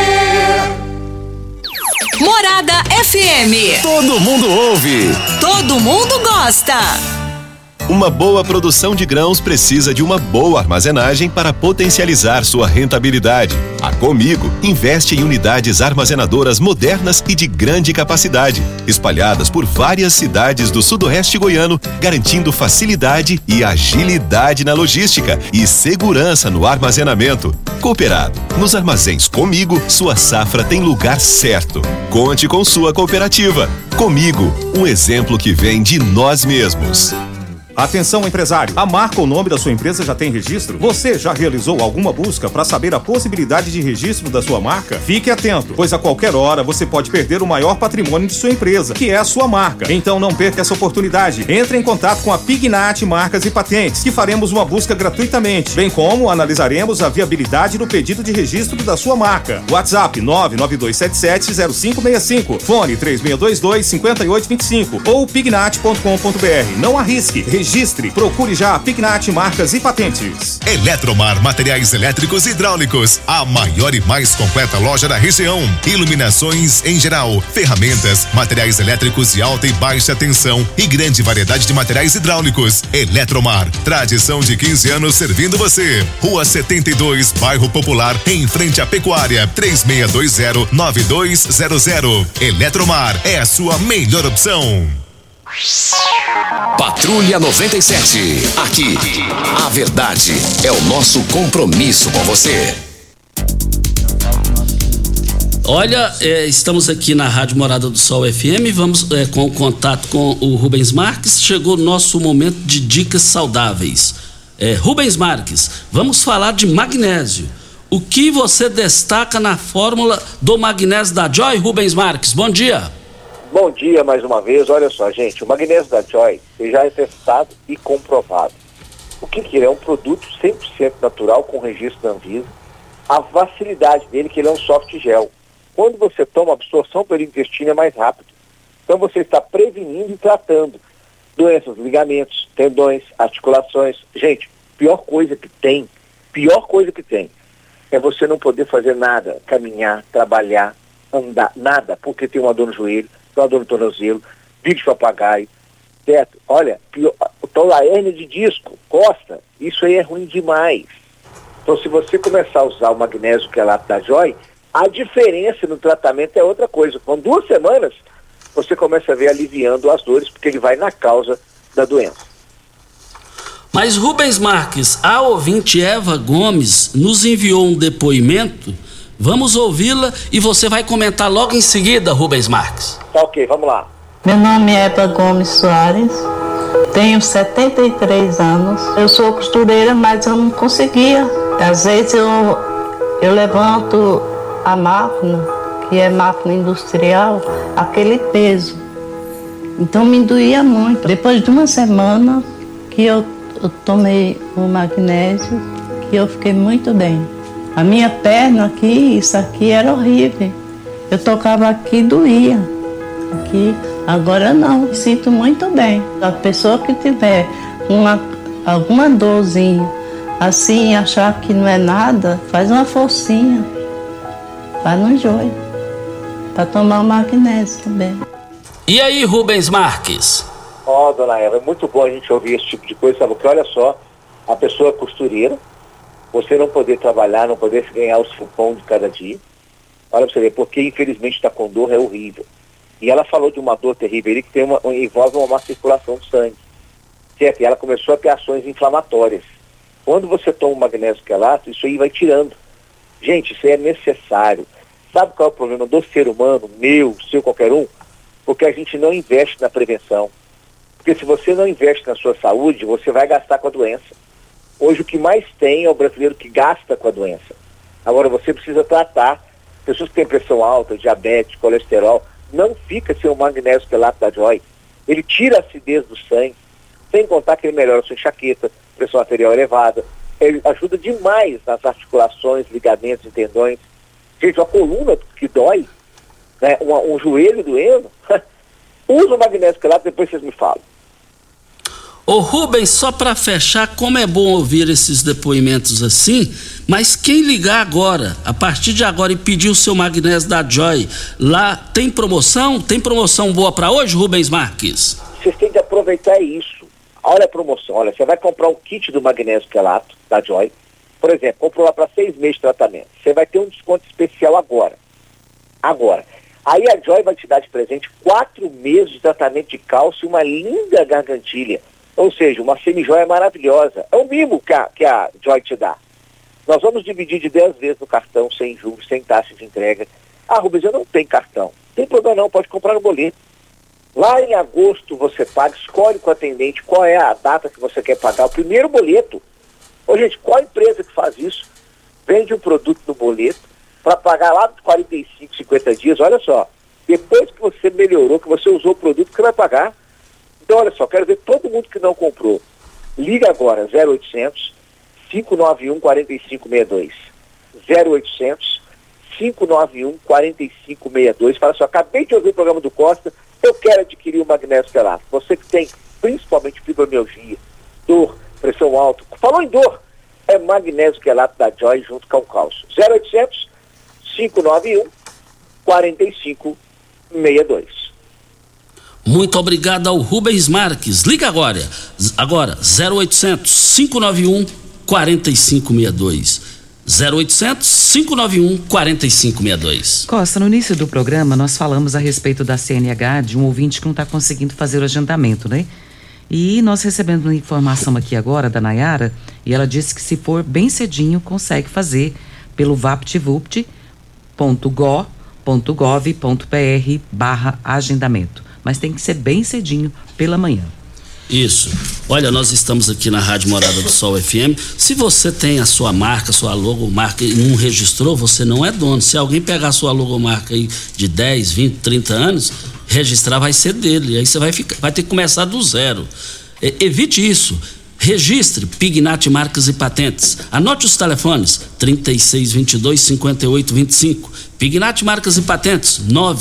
Morada FM. Todo mundo ouve. Todo mundo gosta. Uma boa produção de grãos precisa de uma boa armazenagem para potencializar sua rentabilidade. A Comigo investe em unidades armazenadoras modernas e de grande capacidade, espalhadas por várias cidades do sudoeste goiano, garantindo facilidade e agilidade na logística e segurança no armazenamento. Cooperado. Nos armazéns Comigo, sua safra tem lugar certo. Conte com sua cooperativa. Comigo, um exemplo que vem de nós mesmos. Atenção, empresário. A marca ou nome da sua empresa já tem registro? Você já realizou alguma busca para saber a possibilidade de registro da sua marca? Fique atento, pois a qualquer hora você pode perder o maior patrimônio de sua empresa, que é a sua marca. Então não perca essa oportunidade. Entre em contato com a Pignat Marcas e Patentes, que faremos uma busca gratuitamente, bem como analisaremos a viabilidade do pedido de registro da sua marca. WhatsApp 992770565, fone 3622-5825 ou pignat.com.br. Não arrisque. Registre, procure já a Pignat Marcas e Patentes. Eletromar Materiais Elétricos e Hidráulicos, a maior e mais completa loja da região. Iluminações em geral, ferramentas, materiais elétricos de alta e baixa tensão e grande variedade de materiais hidráulicos. Eletromar, tradição de 15 anos servindo você. Rua 72, Bairro Popular, em frente à Pecuária, 3620-9200. Eletromar é a sua melhor opção. Patrulha 97. Aqui, a verdade é o nosso compromisso com você. Olha, estamos aqui na Rádio Morada do Sol FM, vamos com o contato com o Rubens Marques. Chegou o nosso momento de dicas saudáveis. Rubens Marques, vamos falar de magnésio. O que você destaca na fórmula do magnésio da Joy, Rubens Marques? Bom dia. Bom dia mais uma vez. Olha só, gente, o magnésio da Joy já é testado e comprovado. O que ele é? Um produto 100% natural com registro da Anvisa. A facilidade dele, que ele é um soft gel. Quando você toma, a absorção pelo intestino é mais rápido. Então você está prevenindo e tratando doenças, ligamentos, tendões, articulações. Gente, pior coisa que tem é você não poder fazer nada, caminhar, trabalhar, andar, nada, porque tem uma dor no joelho, tem uma dor no tornozelo, bico de papagaio, certo? Olha, hérnia de disco, costa, isso aí é ruim demais. Então, se você começar a usar o magnésio quelato da Joy, a diferença no tratamento é outra coisa. Com 2 semanas, você começa a ver aliviando as dores, porque ele vai na causa da doença. Mas, Rubens Marques, a ouvinte Eva Gomes nos enviou um depoimento. Vamos ouvi-la e você vai comentar logo em seguida, Rubens Marques. Tá ok, vamos lá. Meu nome é Eva Gomes Soares, tenho 73 anos. Eu sou costureira, mas eu não conseguia. Às vezes eu levanto a máquina, que é máquina industrial, aquele peso. Então me doía muito. Depois de 1 semana que eu tomei o magnésio, que eu fiquei muito bem. A minha perna aqui, isso aqui era horrível. Eu tocava aqui, doía. Aqui, agora não, me sinto muito bem. A pessoa que tiver alguma dorzinha, assim, achar que não é nada, faz uma forcinha. Vai no joio, para tomar o magnésio também. E aí, Rubens Marques? Dona Eva, é muito bom a gente ouvir esse tipo de coisa, sabe? Porque olha só, a pessoa é costureira, você não poder trabalhar, não poder ganhar os pão de cada dia. Olha pra você ver, porque infelizmente está com dor, é horrível. E ela falou de uma dor terrível ali que envolve uma má circulação do sangue. certo? E ela começou a ter ações inflamatórias. Quando você toma o magnésio quelato, isso aí vai tirando. Gente, isso aí é necessário. Sabe qual é o problema do ser humano, meu, seu, qualquer um? Porque a gente não investe na prevenção. Porque se você não investe na sua saúde, você vai gastar com a doença. Hoje o que mais tem é o brasileiro que gasta com a doença. Agora você precisa tratar. Pessoas que têm pressão alta, diabetes, colesterol, não fica sem o magnésio quelato da Joy. Ele tira a acidez do sangue, sem contar que ele melhora a sua enxaqueca, pressão arterial elevada. Ele ajuda demais nas articulações, ligamentos e tendões. Gente, uma coluna que dói, né, um joelho doendo, usa o magnésio quelato, depois vocês me falam. Ô Rubens, só para fechar, como é bom ouvir esses depoimentos assim, mas quem ligar agora, a partir de agora, e pedir o seu magnésio da Joy, lá tem promoção? Tem promoção boa para hoje, Rubens Marques? Vocês têm que aproveitar isso. Olha a promoção, olha, você vai comprar um kit do magnésio quelato da Joy, por exemplo, comprou lá para 6 meses de tratamento, você vai ter um desconto especial agora. Aí a Joy vai te dar de presente 4 meses de tratamento de cálcio e uma linda gargantilha. Ou seja, uma semijoia maravilhosa. É o mimo que a Joy te dá. Nós vamos dividir de 10 vezes no cartão, sem juros, sem taxa de entrega. Ah, Rubens, eu não tenho cartão. Não tem problema não, pode comprar no boleto. Lá em agosto você paga, escolhe com o atendente qual é a data que você quer pagar, o primeiro boleto. Ô gente, qual empresa que faz isso? Vende um produto no boleto para pagar lá de 45, 50 dias, olha só. Depois que você melhorou, que você usou o produto, que você vai pagar. Então, olha só, quero ver todo mundo que não comprou. Liga agora, 0800 591 4562. 0800 591 4562. Fala só, acabei de ouvir o programa do Costa, eu quero adquirir o magnésio quelato. Você que tem principalmente fibromialgia, dor, pressão alta. Falou em dor, é magnésio quelato da Joy junto com o cálcio. 0800 591 4562. Muito obrigado ao Rubens Marques. Liga agora 0800 591 4562. 0800 591 4562. Costa, no início do programa nós falamos a respeito da CNH de um ouvinte que não está conseguindo fazer o agendamento, né? E nós recebemos uma informação aqui agora da Nayara, e ela disse que se for bem cedinho consegue fazer pelo vaptvupt.gov.br/agendamento. Mas tem que ser bem cedinho pela manhã. Isso. Olha, nós estamos aqui na Rádio Morada do Sol FM. Se você tem a sua marca, sua logomarca e não registrou, você não é dono. Se alguém pegar a sua logomarca aí de 10, 20, 30 anos, registrar vai ser dele. Aí você vai ter que começar do zero. Evite isso. Registre Pignat Marcas e Patentes. Anote os telefones 3622-5825. Pignat Marcas e Patentes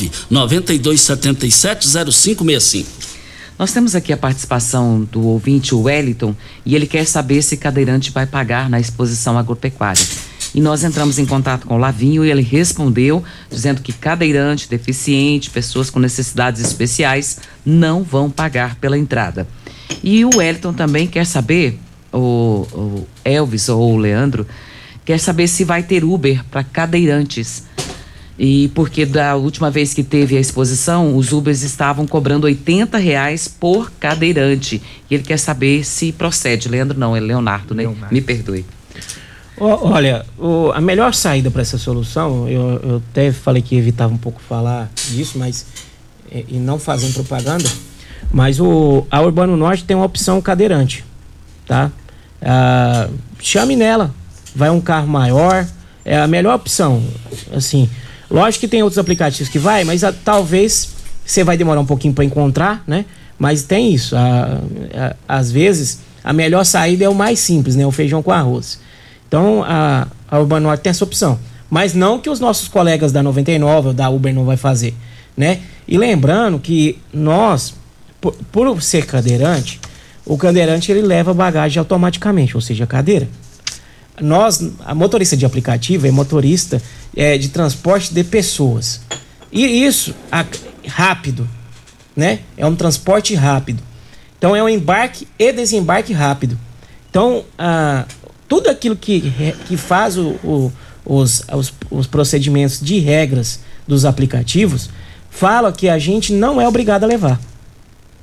992770565. Nós temos aqui a participação do ouvinte Wellington, e ele quer saber se cadeirante vai pagar na exposição agropecuária. E nós entramos em contato com o Lavinho e ele respondeu dizendo que cadeirante, deficiente, pessoas com necessidades especiais não vão pagar pela entrada. E o Wellington também quer saber, o Elvis ou o Leandro, quer saber se vai ter Uber para cadeirantes. E porque da última vez que teve a exposição, os Ubers estavam cobrando R$80 por cadeirante. E ele quer saber se procede. Leandro não, é Leonardo, né? Leonardo. Me perdoe. Olha, a melhor saída para essa solução, eu até falei que evitava um pouco falar disso, mas e não fazendo propaganda, mas a Urbano Norte tem uma opção cadeirante, tá? Chame nela, vai um carro maior, é a melhor opção, assim. Lógico que tem outros aplicativos que vai, mas talvez você vai demorar um pouquinho para encontrar, né? Mas tem isso, às vezes a melhor saída é o mais simples, né? O feijão com arroz. Então a Urbano Norte tem essa opção, mas não que os nossos colegas da 99 ou da Uber não vai fazer, né? E lembrando que nós, por ser cadeirante, o cadeirante ele leva bagagem automaticamente, ou seja, a cadeira. A motorista de aplicativo é motorista de transporte de pessoas. E isso rápido, né? É um transporte rápido. Então é um embarque e desembarque rápido. Então, tudo aquilo que faz os procedimentos de regras dos aplicativos, fala que a gente não é obrigado a levar.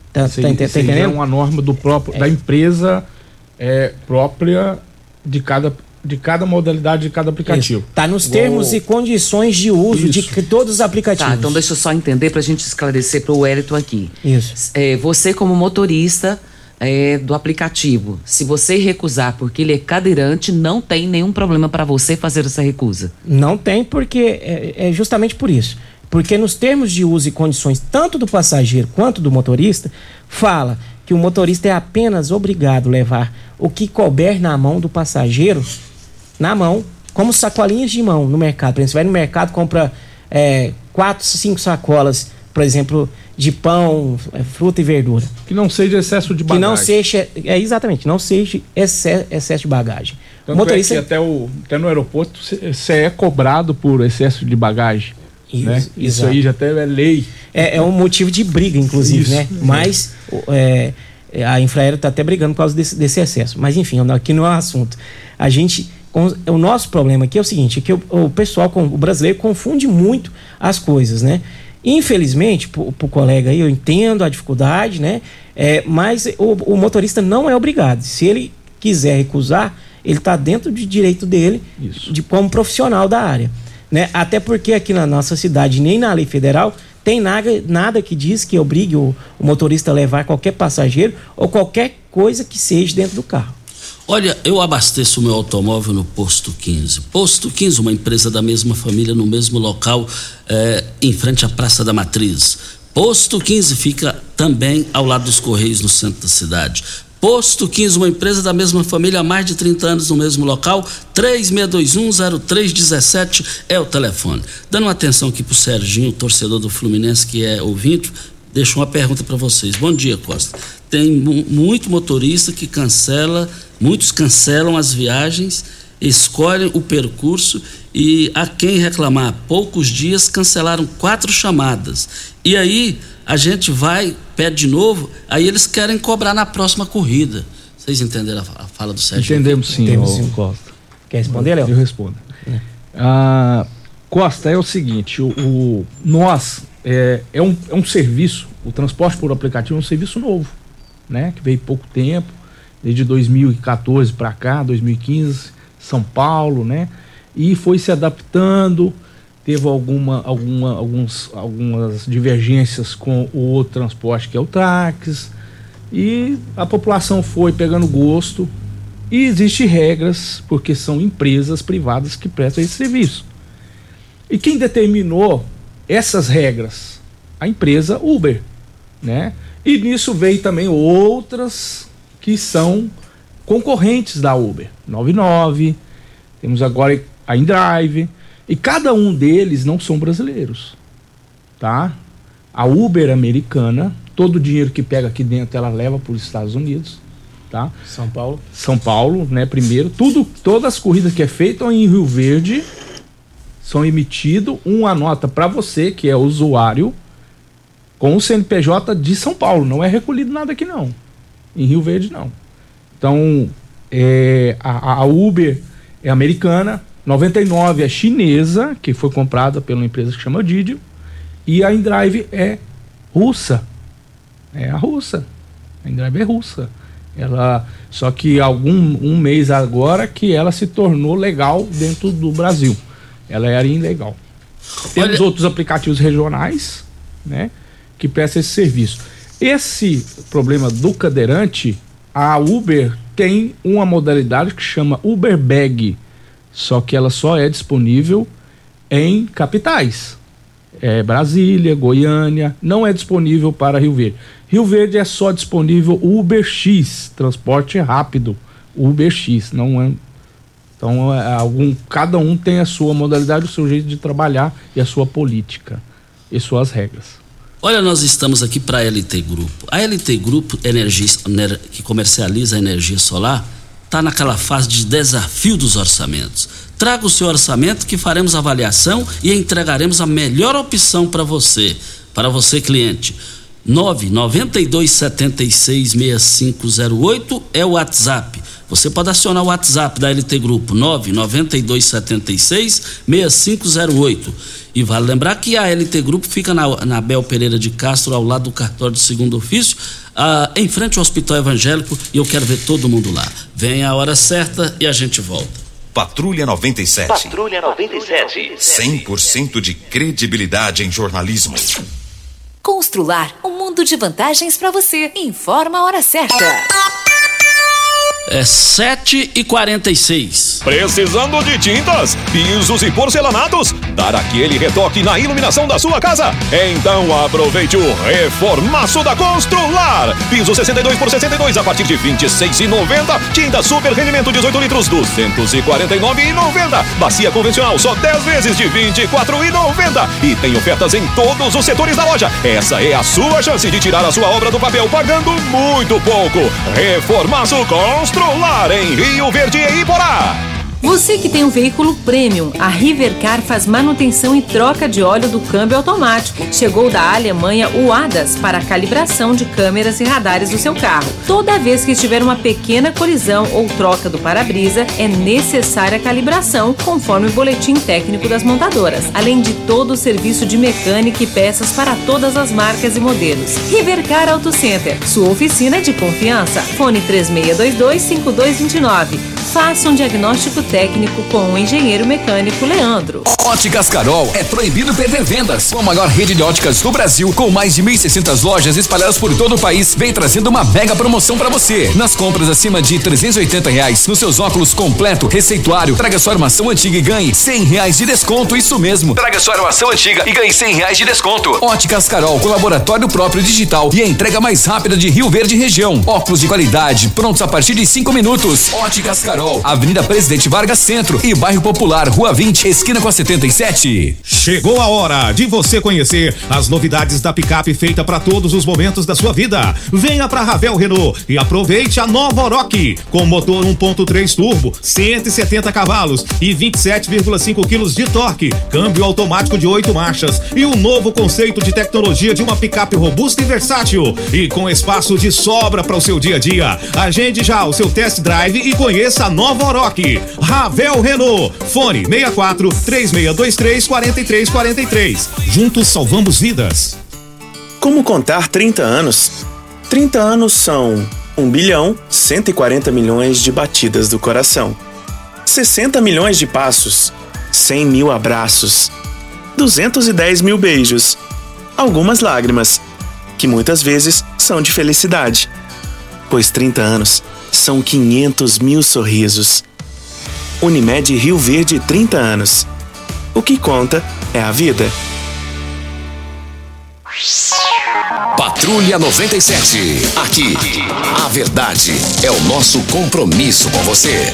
Tá entendendo? É uma norma do próprio, da empresa própria de cada modalidade de cada aplicativo. Está nos termos e condições de uso de todos os aplicativos. Tá, então deixa eu só entender para a gente esclarecer para o Wellington aqui. Isso. Você como motorista do aplicativo, se você recusar porque ele é cadeirante, não tem nenhum problema para você fazer essa recusa? Não tem, porque é justamente por isso. Porque nos termos de uso e condições tanto do passageiro quanto do motorista, fala que o motorista é apenas obrigado a levar o que couber na mão do passageiro, na mão, como sacolinhas de mão no mercado. Por exemplo, você vai no mercado, compra 4, 5 sacolas, por exemplo, de pão, fruta e verdura. Que não seja excesso de bagagem. Que não seja, exatamente, não seja excesso de bagagem. Tanto o motorista... que até no aeroporto você é cobrado por excesso de bagagem. Isso, né? Isso aí já até é lei. É um motivo de briga, inclusive, né? Mas a Infraero está até brigando por causa desse excesso. Mas enfim, aqui não é o assunto. O nosso problema aqui é o seguinte, é que o pessoal, o brasileiro confunde muito as coisas, né? Infelizmente, pro colega aí, eu entendo a dificuldade, né? Mas o motorista não é obrigado. Se ele quiser recusar, ele está dentro do direito dele, como profissional da área. Né? Até porque aqui na nossa cidade, nem na lei federal, tem nada que diz que obrigue o motorista a levar qualquer passageiro ou qualquer coisa que seja dentro do carro. Olha, eu abasteço o meu automóvel no Posto 15. Posto 15, uma empresa da mesma família no mesmo local, em frente à Praça da Matriz. Posto 15 fica também ao lado dos Correios, no centro da cidade. Posto 15, uma empresa da mesma família há mais de 30 anos no mesmo local, 36210317 é o telefone. Dando uma atenção aqui pro Serginho, torcedor do Fluminense, que é ouvinte, deixo uma pergunta para vocês. Bom dia, Costa. Tem muito motorista que muitos cancelam as viagens, escolhem o percurso e a quem reclamar, há poucos dias cancelaram 4 chamadas. E aí a gente pede de novo, aí eles querem cobrar na próxima corrida. Vocês entenderam a fala do Sérgio? Entendemos sim, Costa. Quer responder, Léo? Eu respondo. Costa, é o seguinte, nós, é um serviço, o transporte por aplicativo é um serviço novo, né? Que veio pouco tempo, desde 2014 para cá, 2015, São Paulo, né? E foi se adaptando, teve algumas divergências com o outro transporte que é o táxi, e a população foi pegando gosto, e existem regras, porque são empresas privadas que prestam esse serviço. E quem determinou essas regras? A empresa Uber, né? E nisso veio também outras que são concorrentes da Uber, 99, temos agora a InDrive, e cada um deles não são brasileiros, tá? A Uber americana, todo o dinheiro que pega aqui dentro ela leva para os Estados Unidos, tá? São Paulo, né? Primeiro, todas as corridas que é feitas em Rio Verde são emitidas uma nota para você que é usuário com o CNPJ de São Paulo, não é recolhido nada aqui não, em Rio Verde não. Então, a Uber é americana, 99 é chinesa, que foi comprada pela empresa que chama Didi, e a InDrive é russa. É a russa. A InDrive é russa. Só que um mês agora que ela se tornou legal dentro do Brasil. Ela era ilegal. Temos outros aplicativos regionais, né, que prestam esse serviço. Esse problema do cadeirante, a Uber tem uma modalidade que chama Uber Bag, só que ela só é disponível em capitais. Brasília, Goiânia, não é disponível para Rio Verde. Rio Verde é só disponível Uber X, transporte rápido, Uber X, não é. Então, cada um tem a sua modalidade, o seu jeito de trabalhar e a sua política e suas regras. Olha, nós estamos aqui para a LT Grupo. A LT Grupo, que comercializa a energia solar, está naquela fase de desafio dos orçamentos. Traga o seu orçamento que faremos avaliação e entregaremos a melhor opção para você cliente. 992766508 é o WhatsApp. Você pode acionar o WhatsApp da LT Grupo, 992766508. E vale lembrar que a LT Grupo fica na Abel Pereira de Castro, ao lado do cartório de segundo ofício, em frente ao Hospital Evangélico, e eu quero ver todo mundo lá. Vem a hora certa e a gente volta. Patrulha 97. Patrulha 97. 100% de credibilidade em jornalismo. Constrular um mundo de vantagens para você. Informa a hora certa. É 7h46. Precisando de tintas, pisos e porcelanatos? Dar aquele retoque na iluminação da sua casa? Então aproveite o reformaço da Constrular. Piso 62 por 62 a partir de R$ 26,90. Tinta super rendimento 18 litros, R$ 249,90. Bacia convencional só 10 vezes de R$ 24,90. E tem ofertas em todos os setores da loja. Essa é a sua chance de tirar a sua obra do papel pagando muito pouco. Reformaço Constrular em Rio Verde e Iporá. Você que tem um veículo premium, a Rivercar faz manutenção e troca de óleo do câmbio automático. Chegou da Alemanha o ADAS para a calibração de câmeras e radares do seu carro. Toda vez que tiver uma pequena colisão ou troca do para-brisa, é necessária a calibração, conforme o boletim técnico das montadoras. Além de todo o serviço de mecânica e peças para todas as marcas e modelos. Rivercar Auto Center, sua oficina de confiança. Fone 3622-5229. Faça um diagnóstico técnico com o engenheiro mecânico Leandro. Óticas Carol, é proibido perder vendas. Com a maior rede de óticas do Brasil, com mais de 1.600 lojas espalhadas por todo o país, vem trazendo uma mega promoção para você. Nas compras acima de R$380, nos seus óculos completo, receituário, traga sua armação antiga e ganhe R$100 de desconto. Isso mesmo, traga sua armação antiga e ganhe R$100 de desconto. Óticas Carol, com laboratório próprio digital e a entrega mais rápida de Rio Verde região. Óculos de qualidade, prontos a partir de 5 minutos. Óticas Carol, Avenida Presidente Vargas Centro e Bairro Popular, Rua 20, esquina com a 77. Chegou a hora de você conhecer as novidades da picape feita para todos os momentos da sua vida. Venha para Ravel Renault e aproveite a nova Oroch com motor 1.3 turbo, 170 cavalos e 27,5 quilos de torque, câmbio automático de 8 marchas e um novo conceito de tecnologia de uma picape robusta e versátil e com espaço de sobra para o seu dia a dia. Agende já o seu test drive e conheça a nova Oroch. Ravel Renault. Fone 64-3623-4343. Juntos salvamos vidas. Como contar 30 anos? 30 anos são 1.140 milhões de batidas do coração, 60 milhões de passos, 100 mil abraços, 210 mil beijos, algumas lágrimas, que muitas vezes são de felicidade, pois 30 anos são 500 mil sorrisos. Unimed Rio Verde, 30 anos. O que conta é a vida. Patrulha 97. Aqui, a verdade é o nosso compromisso com você.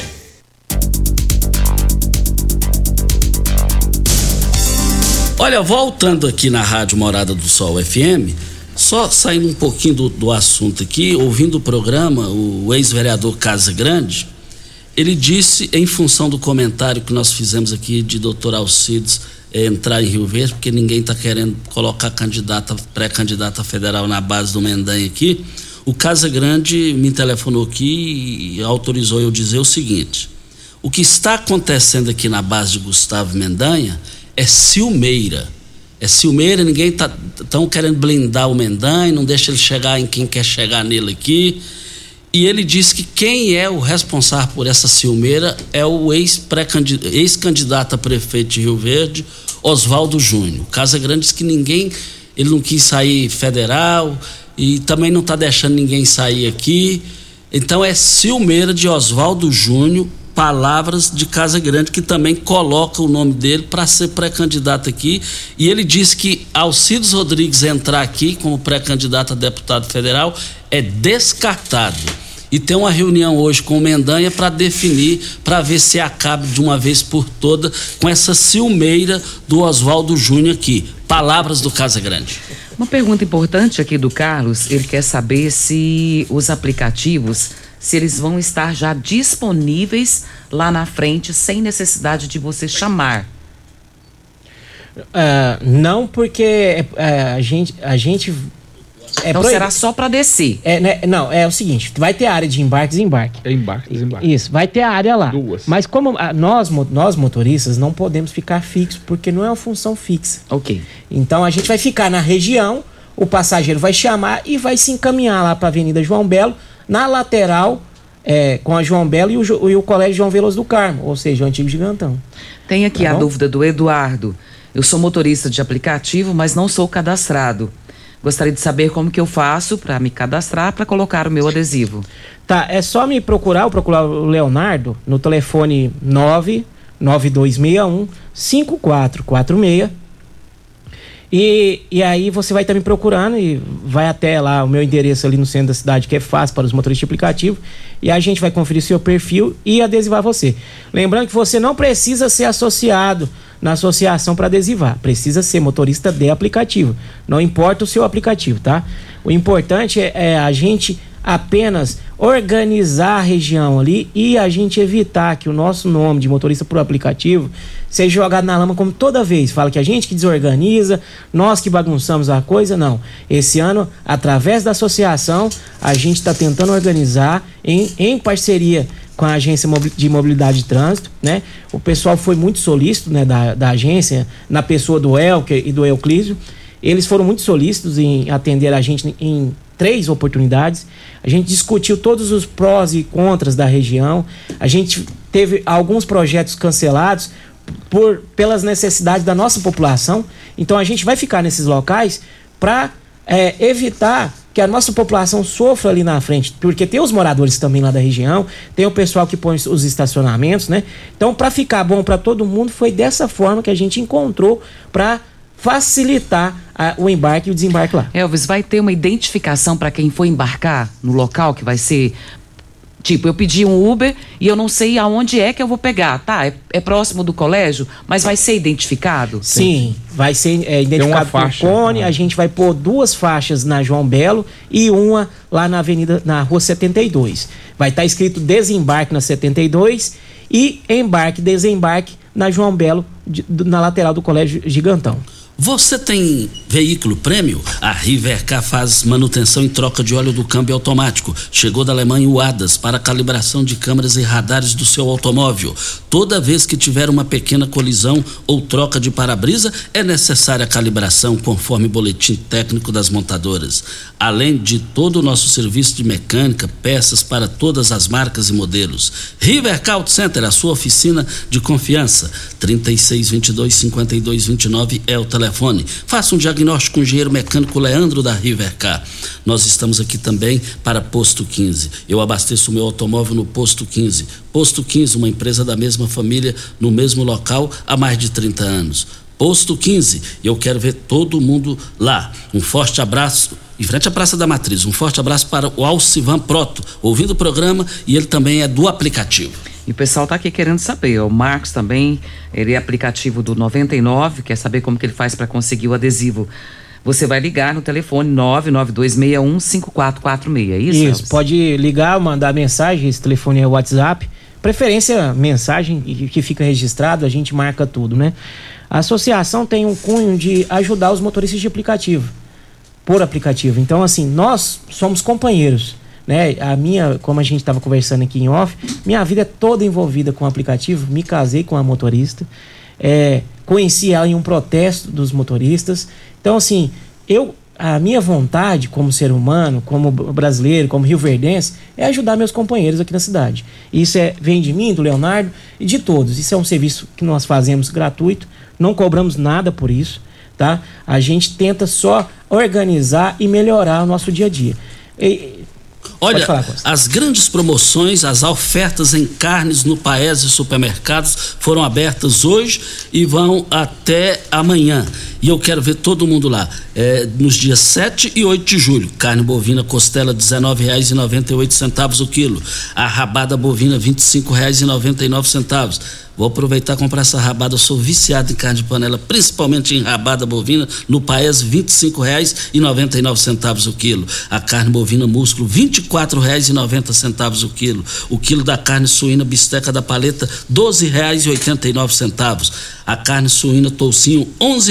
Olha, voltando aqui na Rádio Morada do Sol FM, só saindo um pouquinho do assunto aqui, ouvindo o programa, o ex-vereador Casagrande, ele disse, em função do comentário que nós fizemos aqui de doutor Alcides entrar em Rio Verde, porque ninguém está querendo colocar pré-candidata federal na base do Mendanha aqui, o Casagrande me telefonou aqui e autorizou eu dizer o seguinte: o que está acontecendo aqui na base de Gustavo Mendanha é ciumeira. É ciumeira, ninguém tão querendo blindar o Mendanha, não deixa ele chegar em quem quer chegar nele aqui. E ele disse que quem é o responsável por essa ciumeira é o ex-candidato a prefeito de Rio Verde, Oswaldo Júnior. Casagrande disse que ele não quis sair federal e também não está deixando ninguém sair aqui. Então é ciumeira de Oswaldo Júnior, palavras de Casagrande, que também coloca o nome dele para ser pré-candidato aqui. E ele disse que Alcides Rodrigues entrar aqui como pré-candidato a deputado federal é descartado. E tem uma reunião hoje com o Mendanha para definir, para ver se acaba de uma vez por toda com essa ciumeira do Oswaldo Júnior aqui. Palavras do Casagrande. Uma pergunta importante aqui do Carlos, ele quer saber se os aplicativos, se eles vão estar já disponíveis lá na frente, sem necessidade de você chamar. Não, porque a gente então será só para descer? Não, é o seguinte, vai ter área de embarque e desembarque. Desembarque. Isso, vai ter área lá. Duas. Mas como nós motoristas não podemos ficar fixos, porque não é uma função fixa. Ok. Então a gente vai ficar na região o passageiro vai chamar e vai se encaminhar lá para a Avenida João Belo, na lateral, com a João Belo e o Colégio João Veloso do Carmo, ou seja, o antigo Gigantão. Tem aqui a dúvida do Eduardo. Eu sou motorista de aplicativo, mas não sou cadastrado. Gostaria de saber como que eu faço para me cadastrar, para colocar o meu adesivo. Tá, é só me procurar o Leonardo no telefone 99261-5446. E aí você vai estar me procurando e vai até lá o meu endereço ali no centro da cidade, que é fácil para os motoristas de aplicativo, e a gente vai conferir seu perfil e adesivar você. Lembrando que você não precisa ser associado na associação para adesivar, precisa ser motorista de aplicativo, não importa o seu aplicativo, tá? O importante é a gente apenas organizar a região ali e a gente evitar que o nosso nome de motorista por aplicativo seja jogado na lama, como toda vez fala que a gente que desorganiza, nós que bagunçamos a coisa. Não, esse ano, através da associação, a gente está tentando organizar em parceria com a agência de mobilidade de trânsito, né? O pessoal foi muito solícito, né, da agência, na pessoa do Elker e do Euclísio. Eles foram muito solícitos em atender a gente em 3 oportunidades. A gente discutiu todos os prós e contras da região. A gente teve alguns projetos cancelados pelas necessidades da nossa população. Então a gente vai ficar nesses locais para evitar que a nossa população sofra ali na frente, porque tem os moradores também lá da região, tem o pessoal que põe os estacionamentos, né? Então, para ficar bom para todo mundo, foi dessa forma que a gente encontrou para facilitar o embarque e o desembarque lá. Elvis, vai ter uma identificação para quem for embarcar no local que vai ser... Tipo, eu pedi um Uber e eu não sei aonde é que eu vou pegar. Tá, é próximo do colégio, mas vai ser identificado? Sim, vai ser identificado por cone. A gente vai pôr 2 faixas na João Belo e uma lá na rua 72. Vai estar escrito desembarque na 72 e embarque, desembarque na João Belo, na lateral do Colégio Gigantão. Você tem veículo prêmio? A Rivercar faz manutenção e troca de óleo do câmbio automático. Chegou da Alemanha o ADAS para calibração de câmeras e radares do seu automóvel. Toda vez que tiver uma pequena colisão ou troca de para-brisa, é necessária a calibração conforme boletim técnico das montadoras. Além de todo o nosso serviço de mecânica, peças para todas as marcas e modelos. Rivercar Auto Center, a sua oficina de confiança. 3622-5229 é o telefone. Faça um diagnóstico com o engenheiro mecânico Leandro da Rivercar. Nós estamos aqui também para Posto 15. Eu abasteço o meu automóvel no Posto 15. Posto 15, uma empresa da mesma família, no mesmo local há mais de 30 anos. Posto 15, eu quero ver todo mundo lá. Um forte abraço, em frente à Praça da Matriz, um forte abraço para o Alcivan Proto, ouvindo o programa, e ele também é do aplicativo. E o pessoal está aqui querendo saber, o Marcos também, ele é aplicativo do 99, quer saber como que ele faz para conseguir o adesivo. Você vai ligar no telefone 99261-5446, é isso? Isso, pode ligar, mandar mensagem, esse telefone é o WhatsApp, preferência mensagem que fica registrado, a gente marca tudo, né? A associação tem um cunho de ajudar os motoristas de aplicativo, por aplicativo. Então, assim, nós somos companheiros, né? Como a gente estava conversando aqui em off, minha vida é toda envolvida com o aplicativo. Me casei com a motorista, conheci ela em um protesto dos motoristas. Então, assim, a minha vontade como ser humano, como brasileiro, como rioverdense, é ajudar meus companheiros aqui na cidade. Isso vem de mim, do Leonardo e de todos. Isso é um serviço que nós fazemos gratuito, não cobramos nada por isso, tá? A gente tenta só organizar e melhorar o nosso dia a dia. Olha, as grandes promoções, as ofertas em carnes no Paese Supermercados foram abertas hoje e vão até amanhã. E eu quero ver todo mundo lá. Nos dias 7 e 8 de julho, carne bovina costela R$19,98 o quilo. A rabada bovina R$25,99. Vou aproveitar e comprar essa rabada. Eu sou viciado em carne de panela, principalmente em rabada bovina, no Paese R$25,99 o quilo. A carne bovina músculo R$24,90 o quilo. O quilo da carne suína bisteca da paleta R$12,89. A carne suína toucinho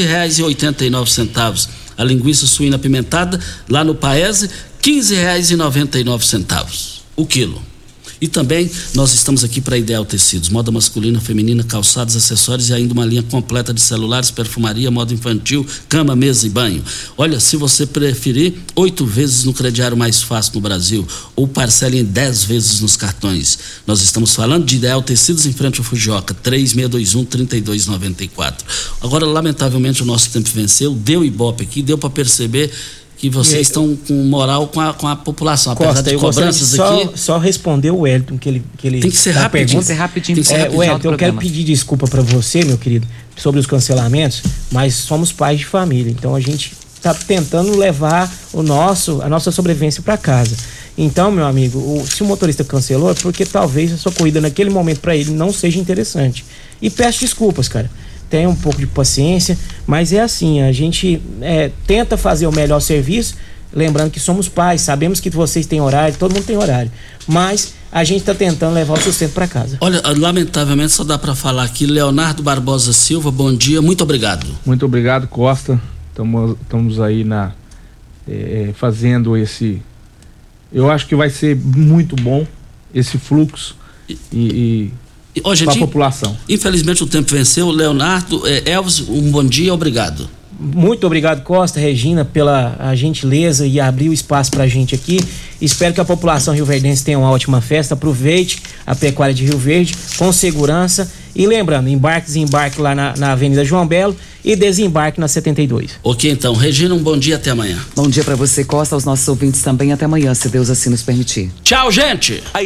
R$11,89. A linguiça suína apimentada lá no Paese R$15,99 o quilo. E também nós estamos aqui para Ideal Tecidos, moda masculina, feminina, calçados, acessórios e ainda uma linha completa de celulares, perfumaria, moda infantil, cama, mesa e banho. Olha, se você preferir, 8 vezes no crediário mais fácil no Brasil ou parcela em 10 vezes nos cartões. Nós estamos falando de Ideal Tecidos em frente ao Fujioka, 3621-3294. Agora, lamentavelmente, o nosso tempo venceu, deu ibope aqui, deu para perceber que vocês estão com moral com a população, apesar de cobranças aqui. Só responder o Wellington que ele tem que ser rapidinho. Tem que ser rapidinho. Wellington, eu quero pedir desculpa para você, meu querido, sobre os cancelamentos, mas somos pais de família, então a gente está tentando levar a nossa sobrevivência para casa. Então, meu amigo, se o motorista cancelou é porque talvez a sua corrida naquele momento para ele não seja interessante. E peço desculpas, cara. Tenha um pouco de paciência, mas é assim, a gente tenta fazer o melhor serviço, lembrando que somos pais, sabemos que vocês têm horário, todo mundo tem horário, mas a gente está tentando levar o sustento para casa. Olha, lamentavelmente só dá para falar aqui, Leonardo Barbosa Silva, bom dia, muito obrigado. Muito obrigado, Costa, estamos aí fazendo eu acho que vai ser muito bom esse fluxo para a população. Infelizmente o tempo venceu. Leonardo, Elvis, um bom dia, obrigado. Muito obrigado, Costa, Regina, pela gentileza e abrir o espaço pra gente aqui. Espero que a população rioverdense tenha uma ótima festa. Aproveite a pecuária de Rio Verde com segurança. E lembrando, desembarque lá na Avenida João Belo e desembarque na 72. Ok, então. Regina, um bom dia, até amanhã. Bom dia pra você, Costa, aos nossos ouvintes também. Até amanhã, se Deus assim nos permitir. Tchau, gente!